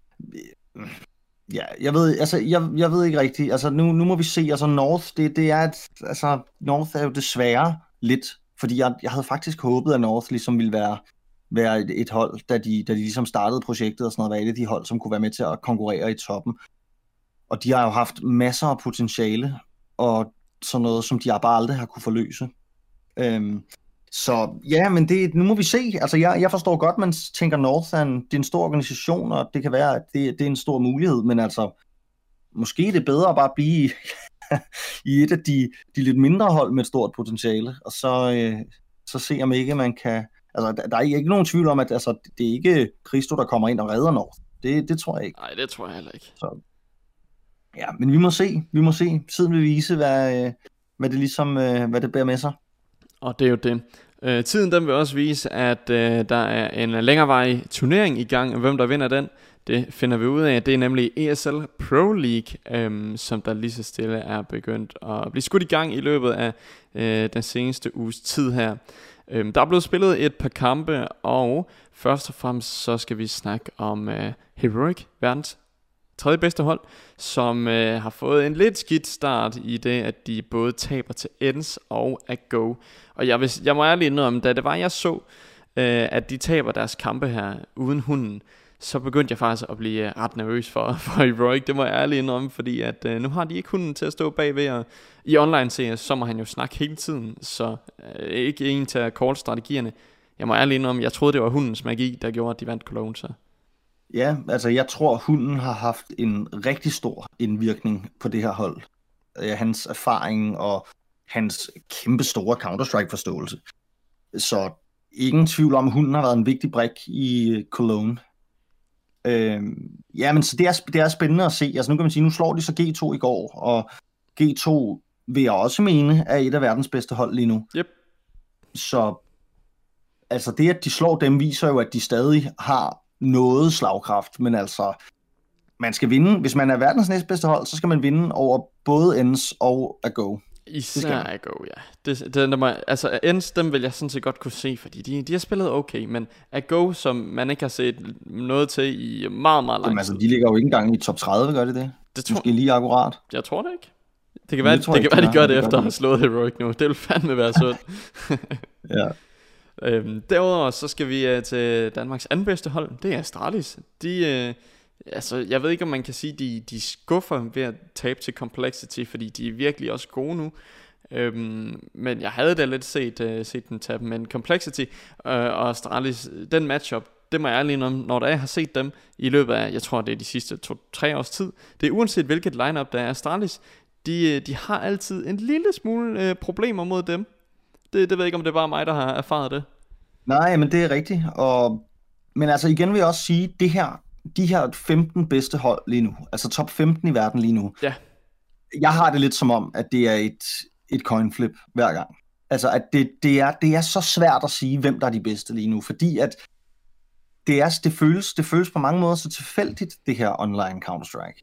Ja, jeg ved, altså, jeg, jeg ved ikke rigtigt. Altså, nu, nu må vi se. Altså, North, det, det er et, altså, North er jo desværre lidt, fordi jeg, jeg havde faktisk håbet, at North ligesom ville være, være et, et hold, da de, da de ligesom startede projektet og sådan noget, var et af de hold, som kunne være med til at konkurrere i toppen. og de har jo haft masser af potentiale, og sådan noget, som de bare aldrig har kunne forløse. Øhm, så ja, men det, nu må vi se. Altså, jeg, jeg forstår godt, man tænker North er en, det er en stor organisation, og det kan være, at det, det er en stor mulighed, men altså, måske er det bedre at bare blive i et af de, de lidt mindre hold med et stort potentiale, og så, øh, så se om ikke man kan... Altså, der, der er ikke nogen tvivl om, at altså, det er ikke Christo, der kommer ind og redder North. Det, det tror jeg ikke. Nej, det tror jeg heller ikke. Så, ja, men vi må se. Vi må se. Tiden vil vise, hvad, øh, hvad det ligesom, øh, hvad det bærer med sig. Og det er jo det. Øh, tiden den vil også vise, at øh, der er en længerevarende turnering i gang, og hvem der vinder den, det finder vi ud af. Det er nemlig E S L Pro League, øh, som der lige så stille er begyndt at blive skudt i gang i løbet af øh, den seneste uges tid her. Øh, der er blevet spillet et par kampe, og først og fremmest så skal vi snakke om øh, Heroic, verdens tredje bedste hold, som øh, har fået en lidt skidt start i det, at de både taber til Ends og Ago. Og jeg, vil, jeg må ærligt indrømme, da det var, jeg så, øh, at de taber deres kampe her uden hunden, så begyndte jeg faktisk at blive ret nervøs for, for Heroic. Det må jeg ærligt indrømme, fordi at, øh, nu har de ikke hunden til at stå bagved, og i online C S, så må han jo snakke hele tiden, så øh, ikke en til at call strategierne. Jeg må ærligt indrømme, jeg troede, det var hundens magi, der gjorde, at de vandt Cologne så. Ja, altså jeg tror, hunden har haft en rigtig stor indvirkning på det her hold. Hans erfaring og hans kæmpe store Counter-Strike-forståelse. Så ingen tvivl om, at hunden har været en vigtig brik i Cologne. Øhm, ja, men så det er, det er spændende at se. Altså nu kan man sige, nu slår de så G to i går, og G to vil jeg også mene er et af verdens bedste hold lige nu. Yep. Så altså det, at de slår dem, viser jo, at de stadig har noget slagkraft, men altså man skal vinde, hvis man er verdens næstbedste hold, så skal man vinde over både Ends og Ago. Især Ago, ja. Det, det, der må, altså Ends, dem vil jeg sådan set godt kunne se, fordi de, de har spillet okay, men Ago, som man ikke har set noget til i meget, meget lang tid. Jamen, altså, de ligger jo ikke engang i top tredive, gør det det? Det tror, måske lige akkurat. Jeg tror det ikke. Det kan være, det, det, det, ikke, kan være de gør det, det efter at have slået Heroic nu. Det vil fandme være sødt. Ja. Øhm, derudover så skal vi uh, til Danmarks anden bedste hold. Det er Astralis. De, uh, altså, jeg ved ikke om man kan sige de, de skuffer ved at tabe til Complexity, fordi de er virkelig også gode nu. øhm, Men jeg havde da lidt set, uh, set den tabe. Men Complexity uh, og Astralis, den matchup, det må jeg ærlig om, når der jeg har set dem i løbet af, jeg tror det er de sidste to-tre års tid. Det er uanset hvilket lineup der er. Astralis, de, de har altid en lille smule uh, problemer mod dem. Det, det ved jeg ikke, om det er bare mig, der har erfaret det. Nej, men det er rigtigt. Og, men altså igen vil jeg også sige, det her, de her femten bedste hold lige nu, altså top femten i verden lige nu, ja. Jeg har det lidt som om, at det er et, et coin flip hver gang. Altså at det, det, er, det er så svært at sige, hvem der er de bedste lige nu, fordi at det, er, det, føles, det føles på mange måder så tilfældigt, det her online Counter-Strike.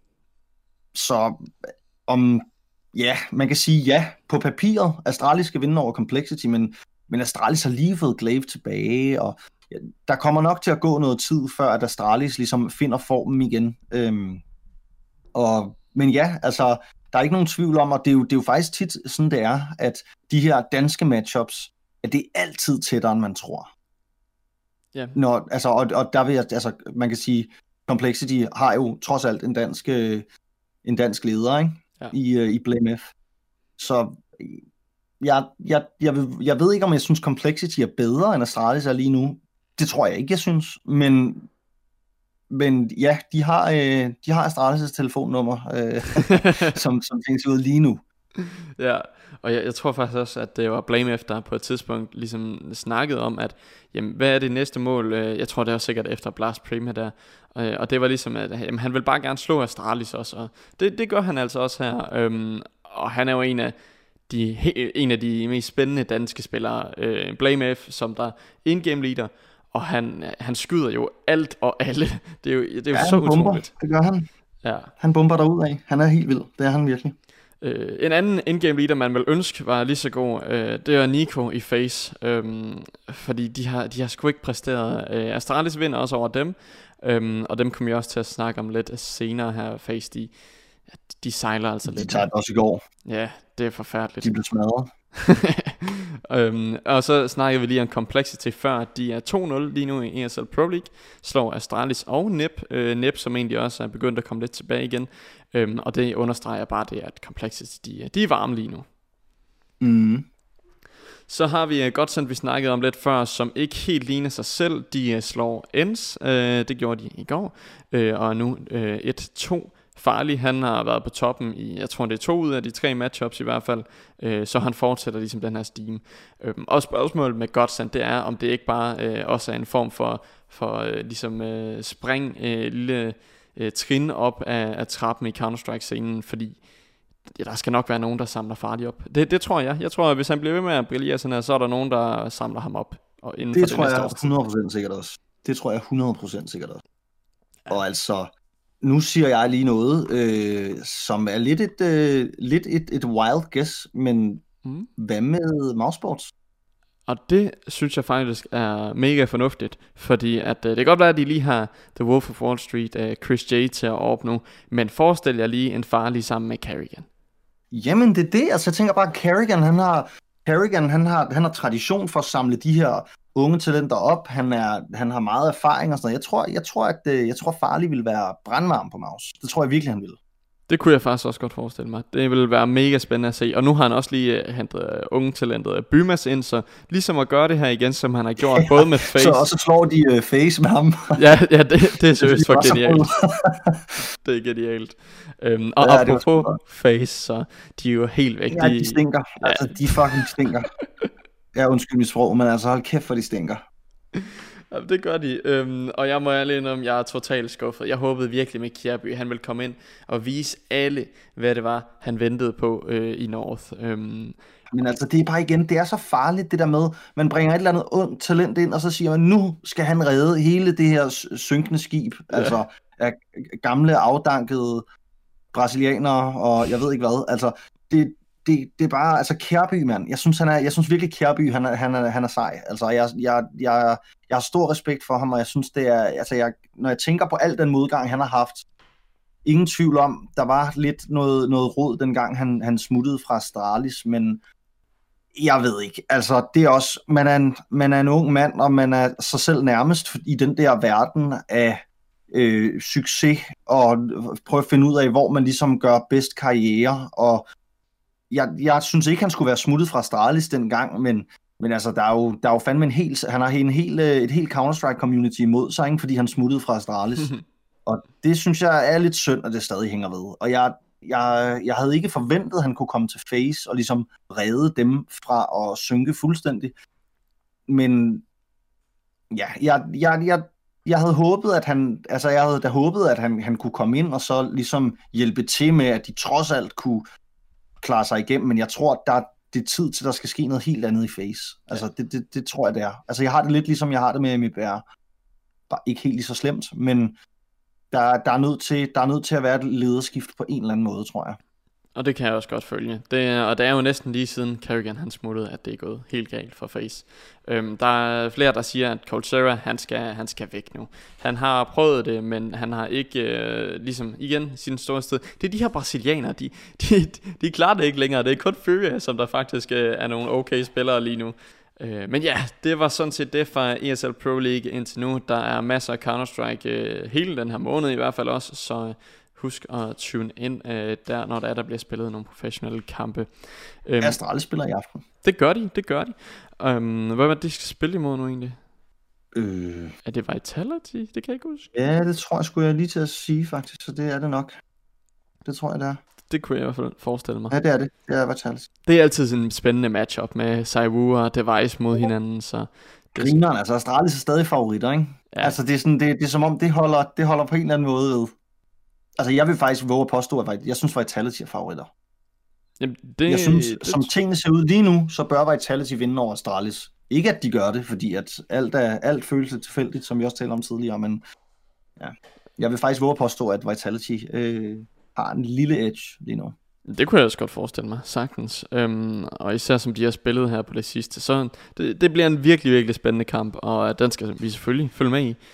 Så om... Ja, man kan sige ja på papiret. Astralis skal vinde over Complexity, men, men Astralis har lige fået Glaive tilbage, og ja, der kommer nok til at gå noget tid, før at Astralis ligesom finder formen igen. Øhm, og, men ja, altså, der er ikke nogen tvivl om, og det er, jo, det er jo faktisk tit sådan, det er, at de her danske matchups, at det er altid tættere, end man tror. Ja. Når, altså, og, og der vil jeg, altså, man kan sige, Complexity har jo trods alt en dansk, en dansk leder, ikke? Ja. I, uh, i BlameF. Så jeg, jeg, jeg, ved, jeg ved ikke, om jeg synes Complexity er bedre end Astralis er lige nu. Det tror jeg ikke, jeg synes. Men, men ja, de har, øh, de har Astralis' telefonnummer, øh, som, som findes ud lige nu. Ja, og jeg, jeg tror faktisk også, at det var BlameF, der på et tidspunkt ligesom snakkede om, at jamen, hvad er det næste mål? Jeg tror, det var sikkert efter Blast Premier der. Og det var ligesom, at jamen, han vil bare gerne slå Astralis også. Og det, det gør han altså også her. Øhm, og han er jo en af de, en af de mest spændende danske spillere. Øh, BlameF, som der in-game leader. Og han, han skyder jo alt og alle. Det er jo, det er jo ja, så bomber. utroligt. Det gør han. Ja. Han bomber derud af. Han er helt vild. Det er han virkelig. Uh, en anden in-game leader, man vil ønske var lige så god, uh, det er Nico i FaZe, um, fordi de har, de har sgu ikke præsteret. uh, Astralis vinder også over dem, um, og dem kommer jeg også til at snakke om lidt senere her. FaZe, de, de sejler altså de lidt. De tager det også i går. Ja, det er forfærdeligt. De blev smadret. øhm, og så snakkede vi lige om Complexity før. De er to nul lige nu i E S L Pro League. Slår Astralis og N I P. øh, N I P som egentlig også er begyndt at komme lidt tilbage igen. øhm, Og det understreger bare det, at Complexity de, de er varme lige nu. Mm. Så har vi uh, Godsend, vi snakkede om lidt før, som ikke helt ligner sig selv. De uh, slår Ends, uh, det gjorde de i går, uh, og er nu uh, et to. Farlig, han har været på toppen i, jeg tror det er to ud af de tre matchups i hvert fald, uh, så han fortsætter ligesom den her steam. Uh, og spørgsmålet med Godsend, det er, om det ikke bare uh, også er en form for, for uh, ligesom uh, spring, uh, lille uh, trin op af, af trappen i Counter-Strike-scenen, fordi ja, der skal nok være nogen, der samler Farlig op. Det, det tror jeg. Jeg tror, at hvis han bliver ved med at brillere sådan her, så er der nogen, der samler ham op. Og inden det for tror det jeg hundrede procent sikkert også. Det tror jeg hundrede procent sikkert også. Ja. Og altså, nu siger jeg lige noget, øh, som er lidt et, øh, lidt et, et wild guess, men mm. hvad med mousesports? Og det synes jeg faktisk er mega fornuftigt, fordi at, uh, det kan godt være, at de lige har The Wolf of Wall Street, uh, Chris J til at opnå, men forestil jer lige en Farlig sammen med Karrigan. Jamen det er det, altså jeg tænker bare, Karrigan, han har, Karrigan, han har, han har tradition for at samle de her unge talenter op, han, er, han har meget erfaring og sådan noget. Jeg tror, jeg tror, at jeg tror, Farlig vil være brandvarm på mouse. Det tror jeg virkelig, han vil. Det kunne jeg faktisk også godt forestille mig. Det ville være mega spændende at se. Og nu har han også lige uh, hentet uh, unge talentet Bymas ind, så ligesom at gøre det her igen, som han har gjort, ja, både med Face. Så også slår de uh, Face med ham. ja, ja, det, det er seriøst for genialt. det er genialt. Um, og ja, apropos Face, så de er jo helt væk. Ja, de stinker. Ja. Altså, de fucking stinker. Ja, undskyld mit sprog, men altså hold kæft, for de stinker. Ja, det gør de, øhm, og jeg må ærlig indrømme, jeg er totalt skuffet. Jeg håbede virkelig med Kjærby, han ville komme ind og vise alle, hvad det var, han ventede på øh, i North. øhm. Men altså, det er bare igen, det er så farligt det der med, man bringer et eller andet ondt talent ind, og så siger man, nu skal han redde hele det her synkende skib, ja. Altså af gamle, afdankede brasilianere, og jeg ved ikke hvad, altså, det Det, det er bare, altså Kjærby, mand. Jeg synes, han er, jeg synes virkelig, Kjærby, han er, han er, han er sej. Altså, jeg, jeg, jeg, jeg har stor respekt for ham, og jeg synes, det er, altså, jeg, når jeg tænker på al den modgang, han har haft, ingen tvivl om, der var lidt noget, noget rod, dengang han, han smuttede fra Astralis, men jeg ved ikke, altså, det er også, man er en, man er en ung mand, og man er sig selv nærmest i den der verden af øh, succes, og prøve at finde ud af, hvor man ligesom gør bedst karriere, og Jeg, jeg synes ikke, han skulle være smuttet fra Astralis dengang, men, men altså, der er jo, der er jo fandme en hel, han har en hel, et helt Counter-Strike-community imod sig, ikke? Fordi han smuttede fra Astralis. Og det synes jeg er lidt synd, at det stadig hænger ved. Og jeg, jeg, jeg havde ikke forventet, at han kunne komme til Face og ligesom redde dem fra at synke fuldstændig. Men ja, jeg, jeg, jeg, jeg havde håbet, at han, altså jeg havde da håbet, at han, han kunne komme ind og så ligesom hjælpe til med, at de trods alt kunne klare sig igennem, men jeg tror, der det er tid til, der skal ske noget helt andet i Face. Altså, det, det, det tror jeg, det er. Altså, jeg har det lidt ligesom jeg har det med M I B R. Bare ikke helt lige så slemt, men der, der, er nødt til, der er nødt til at være et lederskift på en eller anden måde, tror jeg. Og det kan jeg også godt følge. Det er, og det er jo næsten lige siden Karrigan han smuttede, at det er gået helt galt for Face. Øhm, der er flere, der siger, at Coldzera, han skal, han skal væk nu. Han har prøvet det, men han har ikke, øh, ligesom igen, sin store sted. Det er de her brasilianere, de, de, de klarer det ikke længere. Det er kun Furia, som der faktisk øh, er nogle okay spillere lige nu. Øh, men ja, det var sådan set det fra E S L Pro League indtil nu. Der er masser af Counter-Strike øh, hele den her måned i hvert fald også, så husk at tune ind øh, der, når der, er, der bliver spillet nogle professionelle kampe. øhm, Astralis spiller i aften. Det gør de, det gør de. um, Hvad var det, de skal spille imod nu egentlig? Øh... Er det Vitality? Det kan jeg ikke huske. Ja, det tror jeg skulle jeg lige til at sige faktisk, så det er det nok. Det tror jeg, det er. Det kunne jeg i hvert fald forestille mig. Ja, det er det. Det er Vitality. Det er altid sådan en spændende matchup med Saiwu og Device mod hinanden, så Grineren, altså Astralis er stadig favoritter, ikke? Ja. Altså det er, sådan, det, det er som om, det holder, det holder på en eller anden måde ved. Altså, jeg vil faktisk våge at påstå, at jeg synes, Vitality er favoritter. Jamen, det, jeg synes, det, som tingene ser ud lige nu, så bør Vitality vinde over Astralis. Ikke at de gør det, fordi at alt, er, alt føles tilfældigt, som vi også talte om tidligere, men ja. Jeg vil faktisk våge at påstå, at Vitality øh, har en lille edge lige nu. Det kunne jeg også godt forestille mig, sagtens. Øhm, og især som de har spillet her på det sidste. Så det, det bliver en virkelig, virkelig spændende kamp, og den skal vi selvfølgelig følge med i.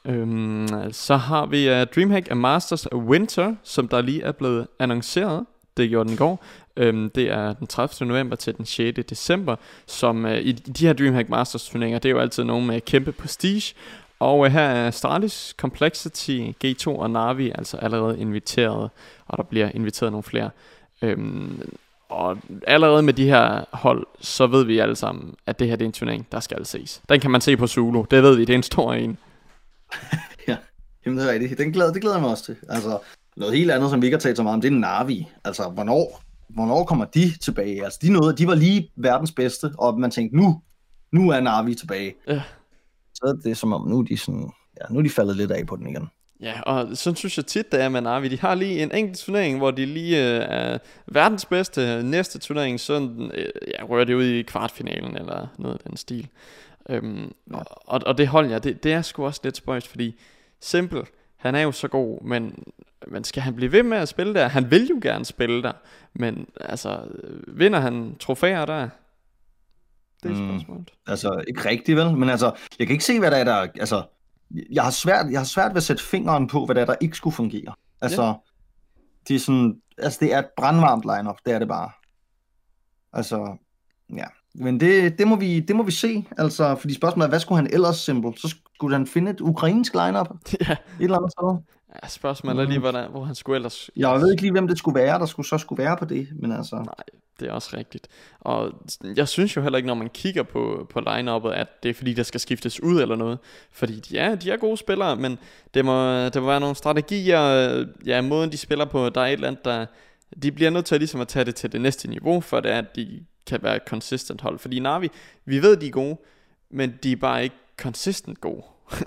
Øhm, så har vi uh, Dreamhack af Masters of Winter, som der lige er blevet annonceret. det gjorde den i går. øhm, Det er den tredivte november til den sjette december, som øh, i de her DreamHack Masters turneringer, det er jo altid nogen med kæmpe prestige. Og øh, her er Astralis, Complexity, G to og Navi altså allerede inviteret, og der bliver inviteret nogle flere. øhm, Og allerede med de her hold, så ved vi alle sammen, at det her det er en turnering, der skal ses. Den kan man se på Zulu, det ved vi, det er en stor en. Ja, jamen det er rigtigt. Den glæder, det glæder jeg mig også til. Altså, noget helt andet, som vi ikke har talt så meget om, det er Navi. Altså, hvornår, hvornår kommer de tilbage? Altså, de, nåede, de var lige verdens bedste, og man tænkte, nu, nu er Navi tilbage. Ja. Så er det som om, nu er de, sådan, ja, nu er de faldet lidt af på den igen. Ja, og sådan synes jeg tit, det er med Navi. De har lige en enkelt turnering, hvor de lige øh, er verdens bedste. Næste turnering, så øh, ja, rører det ud i kvartfinalen, eller noget af den stil. Øhm, ja. og, og det hold, ja, det, det er sgu også lidt spøjst, fordi Simple, han er jo så god, men, men skal han blive ved med at spille der? Han vil jo gerne spille der, men altså, vinder han trofæer der? Det er spørgsmålet. Mm, altså, ikke rigtigt vel, men altså, jeg kan ikke se, hvad der er der, altså, jeg har svært, jeg har svært ved at sætte fingeren på, hvad der er, der ikke skulle fungere. Altså, ja. det er sådan, altså, det er et brandvarmt lineup, det er det bare. Altså, ja. Men det, det, må vi, det må vi se, altså, fordi spørgsmålet er, hvad skulle han ellers Simple? Så skulle han finde et ukrainsk lineup? Ja. Et eller andet sted? Ja, spørgsmålet er lige, hvor, der, hvor han skulle ellers... Jeg ved ikke lige, hvem det skulle være, der skulle så skulle være på det, men altså... Nej, det er også rigtigt. Og jeg synes jo heller ikke, når man kigger på, på line-uppet, at det er fordi, der skal skiftes ud eller noget. Fordi de er, de er gode spillere, men det må, det må være nogle strategier, ja, måden de spiller på, der er et eller andet, der... De bliver nødt til at, ligesom at tage det til det næste niveau, for det er, at de kan være et consistent hold. Fordi Navi, vi ved, de er gode, men de er bare ikke consistent gode.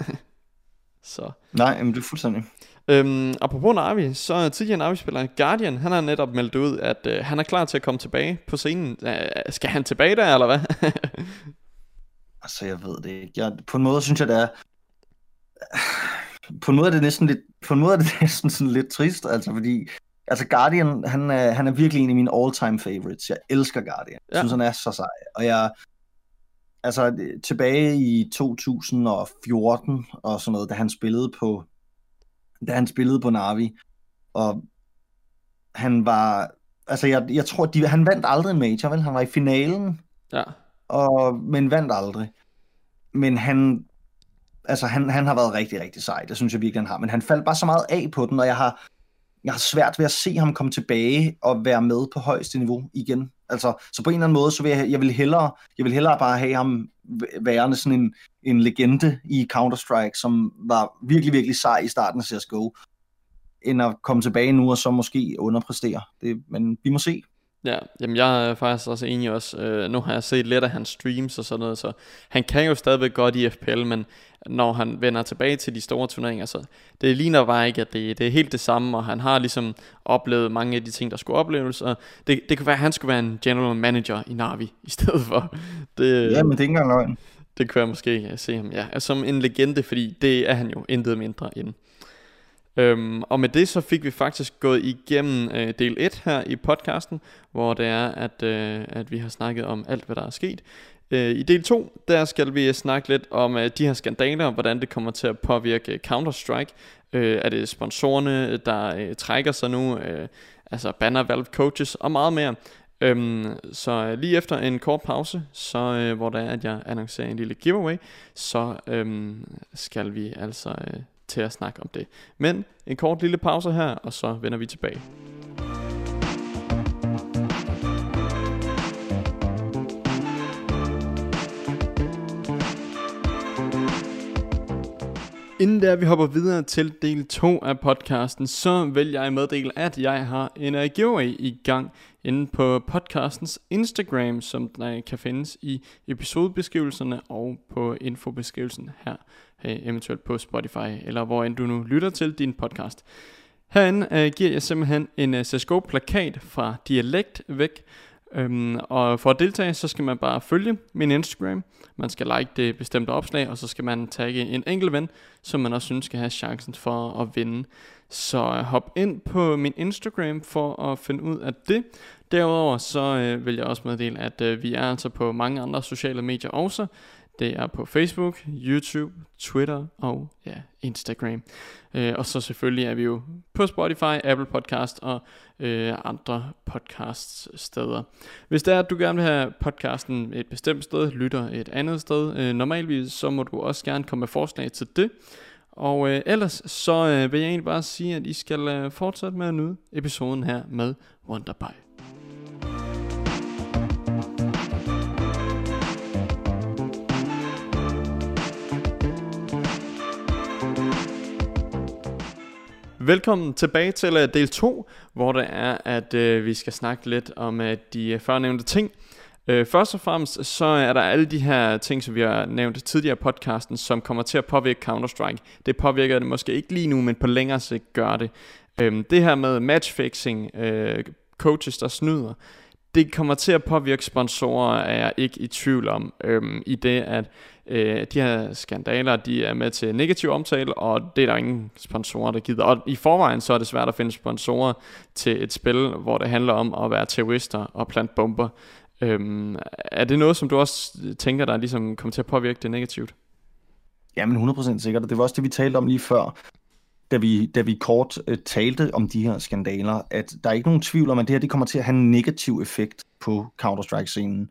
Så. Nej, men det er fuldstændig. Øhm, apropos Navi, så tidligere Navi-spiller Guardian, han har netop meldt ud, at øh, han er klar til at komme tilbage på scenen. øh, Skal han tilbage der, eller hvad? Altså, jeg ved det ikke. Jeg, på en måde synes jeg, det er... På en måde er det næsten lidt, på en måde er det næsten sådan lidt trist, altså, fordi... Altså, Guardian, han er, han er virkelig en af mine all-time favorites. Jeg elsker Guardian. Jeg synes, ja. Han er så sej. Og jeg... Altså, tilbage i to tusind og fjorten og sådan noget, da han spillede på... da han spillede på Navi, og han var, altså jeg, jeg tror, de, han vandt aldrig en major, vel? Han var i finalen, ja. og, men vandt aldrig. Men han, altså han, han har været rigtig, rigtig sej, det synes jeg virkelig, han har, men han faldt bare så meget af på den, og jeg har, jeg har svært ved at se ham komme tilbage og være med på højeste niveau igen. Altså, så på en eller anden måde, så vil jeg, jeg vil hellere, jeg vil hellere bare have ham værende sådan en, en legende i Counter-Strike, som var virkelig, virkelig sej i starten af C S G O, end at komme tilbage nu og så måske underpræstere. Det, men vi må se. Ja, jamen jeg er faktisk også enig også. øh, Nu har jeg set lidt af hans streams og sådan noget, så han kan jo stadigvæk godt i F P L, men når han vender tilbage til de store turneringer, så det ligner bare ikke, at det, det er helt det samme, og han har ligesom oplevet mange af de ting, der skulle opleves, og det, det kan være, at han skulle være en general manager i Navi i stedet for. Det, ja, men det er ikke engang løgn. Det kan jeg måske se ham, ja, som en legende, fordi det er han jo intet mindre end. Øhm, og med det så fik vi faktisk gået igennem øh, del et her i podcasten, hvor det er at, øh, at vi har snakket om alt hvad der er sket. øh, I del to der skal vi snakke lidt om øh, de her skandaler, og hvordan det kommer til at påvirke Counter-Strike. øh, Er det sponsorerne der øh, trækker sig nu, øh, altså banner Valve coaches og meget mere. Øhm, så lige efter en kort pause, så øh, hvor der er at jeg annoncerer en lille giveaway, så øh, skal vi altså øh, til at snakke om det. Men en kort lille pause her, og så vender vi tilbage. Inden der vi hopper videre til del to af podcasten, så vil jeg meddele, at jeg har en uh, giveaway i gang inde på podcastens Instagram, som der kan findes i episodebeskrivelserne og på infobeskrivelsen her, uh, eventuelt på Spotify, eller hvor end du nu lytter til din podcast. Herinde uh, giver jeg simpelthen en uh, C S G O-plakat fra Dialekt væk. Øhm, og for at deltage, så skal man bare følge min Instagram. Man skal like det bestemte opslag, og så skal man tagge en enkelt ven, som man også synes skal have chancen for at vinde. Så hop ind på min Instagram for at finde ud af det. Derudover så øh, vil jeg også meddele, at øh, vi er altså på mange andre sociale medier også. Det er på Facebook, YouTube, Twitter og ja, Instagram. øh, Og så selvfølgelig er vi jo på Spotify, Apple Podcast og øh, andre podcast steder. Hvis det er at du gerne vil have podcasten et bestemt sted, lytter et andet sted øh, normalvis, så må du også gerne komme med forslag til det. Og øh, ellers så øh, vil jeg egentlig bare sige, at I skal øh, fortsætte med at nyde episoden her med Wonderby. Velkommen tilbage til uh, del to, hvor det er, at uh, vi skal snakke lidt om uh, de uh, førnævnte ting. uh, Først og fremmest så er der alle de her ting, som vi har nævnt tidligere i podcasten, som kommer til at påvirke Counter-Strike. Det påvirker det måske ikke lige nu, men på længere sigt gør det. um, Det her med matchfixing, uh, coaches der snyder, det kommer til at påvirke sponsorer, er jeg ikke i tvivl om, øhm, i det at øh, de her skandaler, de er med til negativ omtale, og det er der ingen sponsorer, der gider. Og i forvejen så er det svært at finde sponsorer til et spil, hvor det handler om at være terrorister og plante bomber. Øhm, er det noget, som du også tænker, der ligesom kommer til at påvirke det negativt? Jamen hundrede procent sikkert, og det var også det, vi talte om lige før, da vi, da vi kort uh, talte om de her skandaler, at der er ikke nogen tvivl om, at det her det kommer til at have en negativ effekt på Counter-Strike-scenen.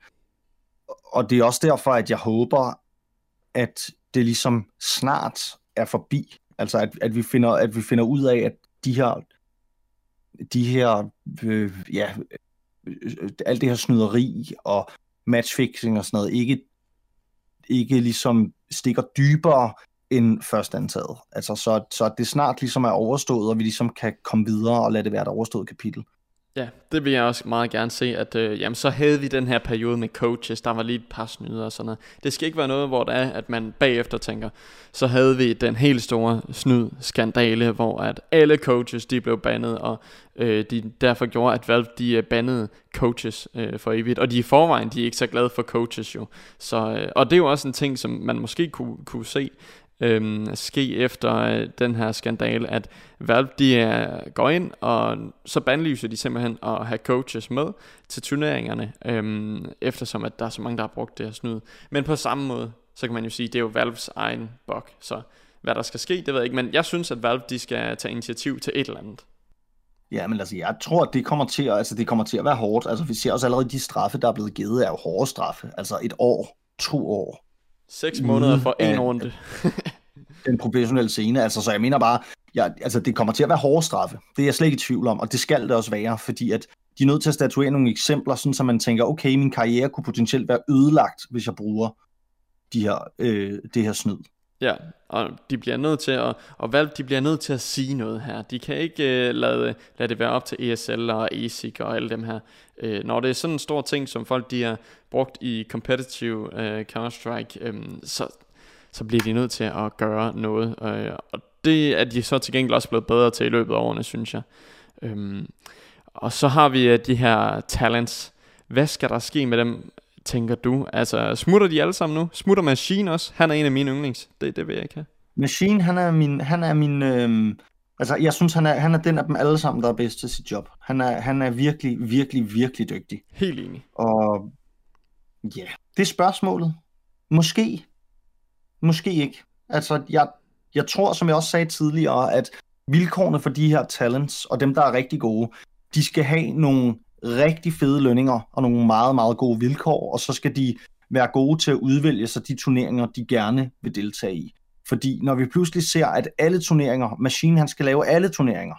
Og det er også derfor, at jeg håber, at det ligesom snart er forbi. Altså, at, at, vi, finder, at vi finder ud af, at de her, de her øh, ja, øh, alt det her snyderi og matchfixing og sådan noget, ikke, ikke ligesom stikker dybere end først antaget. Altså, så, så det snart ligesom er overstået, og vi ligesom kan komme videre og lade det være et overstået kapitel. Ja, det vil jeg også meget gerne se, at øh, jamen, så havde vi den her periode med coaches, der var lige et par snyder og sådan noget. Det skal ikke være noget, hvor det er, at man bagefter tænker, så havde vi den helt store snyd-skandale, hvor at alle coaches, de blev bandet, og øh, de derfor gjorde, at Valve, de bannede coaches øh, for evigt. Og de i forvejen, de er ikke så glade for coaches jo. Så, øh, og det er jo også en ting, som man måske kunne, kunne se, Øhm, ske efter øh, den her skandale, at Valve de er, går ind, og så bandlyser de simpelthen at have coaches med til turneringerne, øhm, eftersom at der er så mange, der har brugt det her snyd. Men på samme måde, så kan man jo sige, det er jo Valves egen bug, så hvad der skal ske, det ved jeg ikke, men jeg synes, at Valve de skal tage initiativ til et eller andet. Ja, men altså, jeg tror, at det kommer til at, altså, det kommer til at være hårdt. Altså, vi ser også allerede, de straffe, der er blevet givet, er jo hårde straffe. Altså et år, to år. Seks måneder for en runde. Den professionelle scene, altså, så jeg mener bare, ja, altså, det kommer til at være hårde straffe. Det er jeg slet ikke i tvivl om, og det skal det også være, fordi at de er nødt til at statuere nogle eksempler, sådan så man tænker, okay, min karriere kunne potentielt være ødelagt, hvis jeg bruger de her, øh, det her snyd. Ja, og de bliver nødt til at, og Valve, de bliver nødt til at sige noget her. De kan ikke uh, lade, lade det være op til E S L og A S I C og alle dem her. Uh, når det er sådan en stor ting, som folk de har brugt i competitive uh, Counter-Strike, um, så, så bliver de nødt til at gøre noget. Uh, og det er de så til gengæld også blevet bedre til i løbet af årene, synes jeg. Um, og så har vi uh, de her talents. Hvad skal der ske med dem, tænker du? Altså, smutter de alle sammen nu? Smutter Machine også? Han er en af mine yndlings. Det, det vil jeg ikke have. Machine, han er min... Han er min øhm, altså, jeg synes, han er, han er den af dem alle sammen, der er bedst til sit job. Han er, han er virkelig, virkelig, virkelig dygtig. Helt enig. Og ja, yeah, det er spørgsmålet. Måske. Måske ikke. Altså, jeg, jeg tror, som jeg også sagde tidligere, at vilkårene for de her talents, og dem, der er rigtig gode, de skal have nogle rigtig fede lønninger og nogle meget, meget gode vilkår, og så skal de være gode til at udvælge sig de turneringer, de gerne vil deltage i. Fordi når vi pludselig ser, at alle turneringer, Machine han skal lave alle turneringer,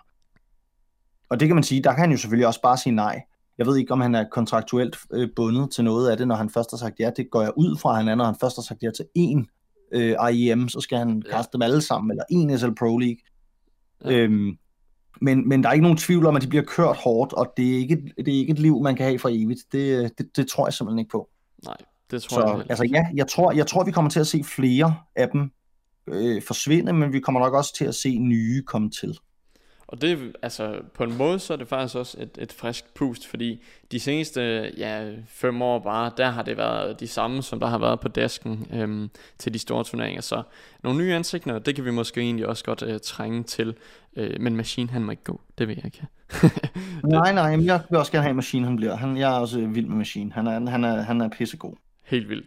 og det kan man sige, der kan han jo selvfølgelig også bare sige nej. Jeg ved ikke, om han er kontraktuelt øh, bundet til noget af det, når han først har sagt ja. Det går jeg ud fra, han er, når han først har sagt ja til én øh, I E M, så skal han kaste dem alle sammen, eller én S L Pro League. Ja. Øhm, Men, men der er ikke nogen tvivl om, at de bliver kørt hårdt, og det er ikke, det er ikke et liv, man kan have for evigt. Det, det, det tror jeg simpelthen ikke på. Nej, det tror så, jeg ikke. Altså ja, jeg tror, jeg tror, vi kommer til at se flere af dem øh, forsvinde, men vi kommer nok også til at se nye komme til. Og det, altså på en måde, så er det faktisk også et, et frisk pust, fordi de seneste ja, fem år bare, der har det været de samme, som der har været på disken øhm, til de store turneringer. Så nogle nye ansigter, det kan vi måske egentlig også godt øh, trænge til. Øh, men Machine, han må ikke gå. Det vil jeg ikke have. nej, nej, men jeg vil også gerne have Machine, han bliver. Han, jeg er også vild med Machine. Han er, han er, han er pissegod. Helt vildt.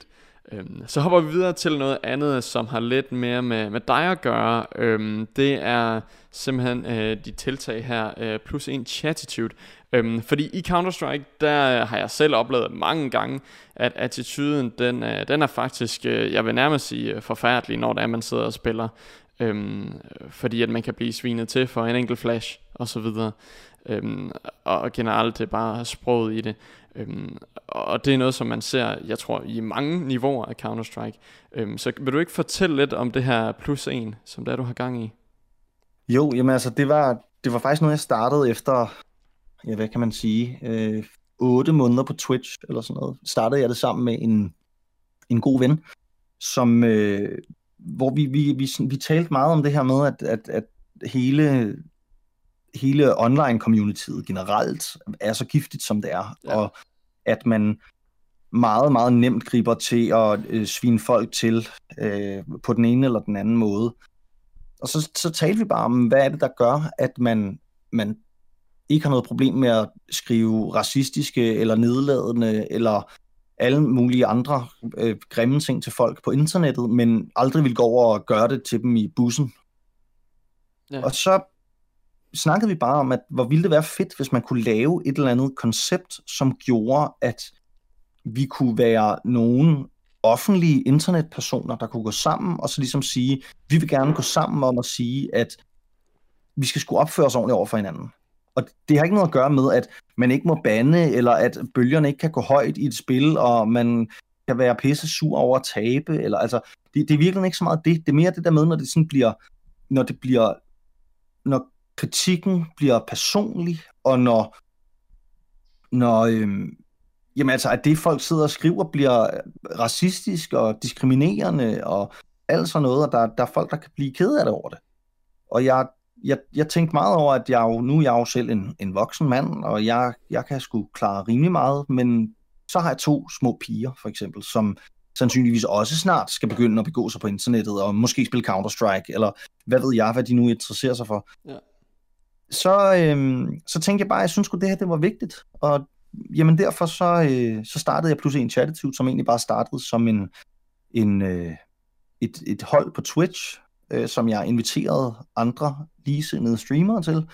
Øhm, så hopper vi videre til noget andet, som har lidt mere med, med dig at gøre. Øhm, det er simpelthen øh, de tiltag her, øh, plus en chatitude. Øhm, fordi i Counter-Strike, der har jeg selv oplevet mange gange, at attituden, den, øh, den er faktisk, øh, jeg vil nærmest sige, forfærdelig, når det er, man sidder og spiller. Øhm, fordi at man kan blive svinet til for en enkelt flash, og så videre. Øhm, og generelt det er bare sproget i det. Øhm, og det er noget, som man ser, jeg tror, i mange niveauer af Counter-Strike. Øhm, så vil du ikke fortælle lidt om det her plus en, som der du har gang i? Jo, jamen altså, det var, det var faktisk noget, jeg startede efter, ja, hvad kan man sige, øh, otte måneder på Twitch, eller sådan noget. Startede jeg det sammen med en, en god ven, som, øh, hvor vi, vi, vi, vi talte meget om det her med, at, at, at hele, hele online-communityet generelt er så giftigt, som det er, ja. Og at man meget, meget nemt griber til at øh, svine folk til øh, på den ene eller den anden måde. Og så, så talte vi bare om, hvad er det, der gør, at man, man ikke har noget problem med at skrive racistiske eller nedladende eller alle mulige andre øh, grimme ting til folk på internettet, men aldrig vil gå over og gøre det til dem i bussen. Ja. Og så snakkede vi bare om, at hvor ville det være fedt, hvis man kunne lave et eller andet koncept, som gjorde, at vi kunne være nogle offentlige internetpersoner, der kunne gå sammen og så ligesom sige, vi vil gerne gå sammen om at sige, at vi skal sgu opføre os ordentligt over for hinanden. Og det har ikke noget at gøre med, at man ikke må bande, eller at bølgerne ikke kan gå højt i et spil, og man kan være pisse sur over at tabe, eller altså, det, det er virkelig ikke så meget det. Det er mere det der med, når det sådan bliver, når det bliver, når kritikken bliver personlig, og når, når øhm, jamen altså, at det folk sidder og skriver bliver racistisk og diskriminerende og alt sådan noget, og der, der er folk, der kan blive ked af det over det. Og jeg, jeg, jeg tænkte meget over, at jeg jo, nu er jeg jo selv en, en voksen mand, og jeg, jeg kan sgu klare rimelig meget, men så har jeg to små piger, for eksempel, som sandsynligvis også snart skal begynde at begå sig på internettet, og måske spille Counter-Strike, eller hvad ved jeg, hvad de nu interesserer sig for. Ja. Så, øhm, så tænkte jeg bare, at jeg synes at det her det var vigtigt, og jamen derfor så, øh, så startede jeg pludselig en chatitude, som egentlig bare startede som en, en, øh, et, et hold på Twitch, øh, som jeg inviterede andre ligesindede streamere til.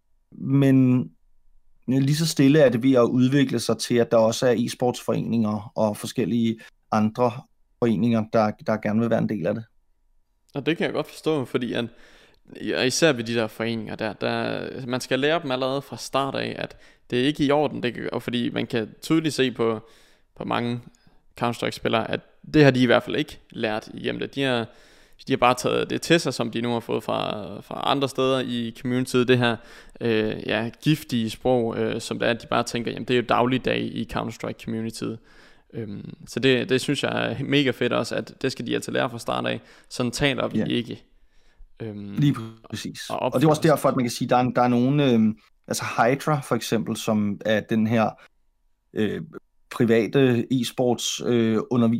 Men lige så stille er det ved at udvikle sig til, at der også er e-sportsforeninger og forskellige andre foreninger, der, der gerne vil være en del af det. Og det kan jeg godt forstå, fordi at, især ved de der foreninger, der, der, man skal lære dem allerede fra start af, at det er ikke i orden, det kan, og fordi man kan tydeligt se på, på mange Counter-Strike-spillere, at det har de i hvert fald ikke lært igennem det. De har, de har bare taget det til sig, som de nu har fået fra, fra andre steder i communityet, det her øh, ja, giftige sprog, øh, som det er, at de bare tænker, jamen det er jo dagligdag i Counter-Strike-communityet. Øhm, så det, det synes jeg er mega fedt også, at det skal de altså lære fra start af. Sådan taler vi yeah. ikke. Øhm, Lige præcis. Og, og det er også derfor, at man kan sige, at der er, der er nogen, øh, altså Hydra for eksempel, som er den her øh, private e-sports øh,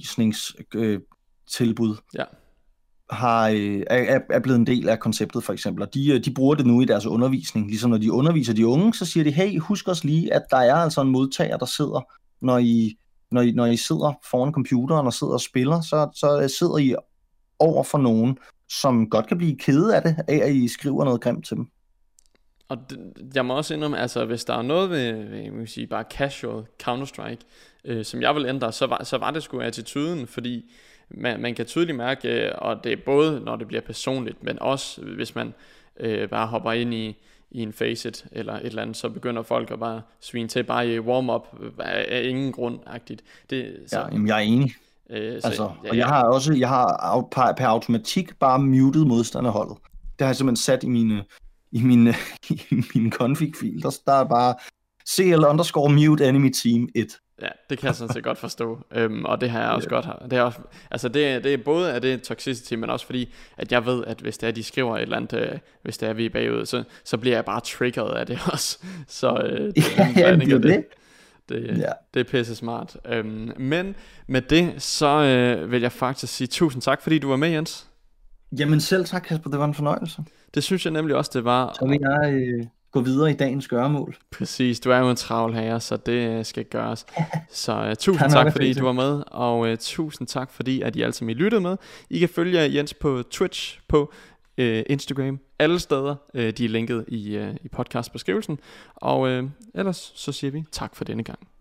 undervisningstilbud, øh, ja. har, øh, er, er blevet en del af konceptet for eksempel, og de, de bruger det nu i deres undervisning. Ligesom når de underviser de unge, så siger de, hey, husk os lige, at der er altså en modtager, der sidder, når I, når I, når I sidder foran computeren og sidder og spiller, så, så sidder I over for nogen, som godt kan blive kede af det, af at I skriver noget grimt til dem. Og det, jeg må også indrømme, altså hvis der er noget ved, ved jeg vil sige, bare casual Counter-Strike, øh, som jeg vil ændre, så var, så var det sgu attituden, fordi man, man kan tydeligt mærke, og det er både når det bliver personligt, men også hvis man øh, bare hopper ind i, i en facet eller et eller andet, så begynder folk at bare svine til, bare i warm-up af ingen grund-agtigt. Det, så, ja, jamen jeg er enig. Øh, så, altså, ja, og jeg har også, jeg har per automatik bare muted modstanderholdet. Det har jeg simpelthen sat i mine, i mine, i mine config-fil. Der, der er bare C L underscore mute enemy team et. Ja, det kan jeg sådan set godt forstå. Øhm, og det har jeg også yeah. godt. Det er også, altså det, det er både af det toxicity, men også fordi, at jeg ved, at hvis det er, de skriver et eller andet, øh, hvis det er, vi er bagud, så, så bliver jeg bare triggeret af det også. Så øh, det, ja, ja, det er det. Det, ja. det er pisse smart. øhm, Men med det, så øh, vil jeg faktisk sige tusind tak, fordi du var med, Jens. Jamen selv tak, Kasper, det var en fornøjelse. Det synes jeg nemlig også, det var. Så vil jeg, øh, gå videre i dagens gøremål. Præcis, du er jo en travl herre, så det skal gøres. Så uh, tusind Han tak, nok fordi fedt. du var med, og uh, tusind tak, fordi at I alle sammen I lyttede med. I kan følge Jens på Twitch, på uh, Instagram, alle steder. Uh, de er linket i, uh, i podcastbeskrivelsen. Og uh, ellers så siger vi tak for denne gang.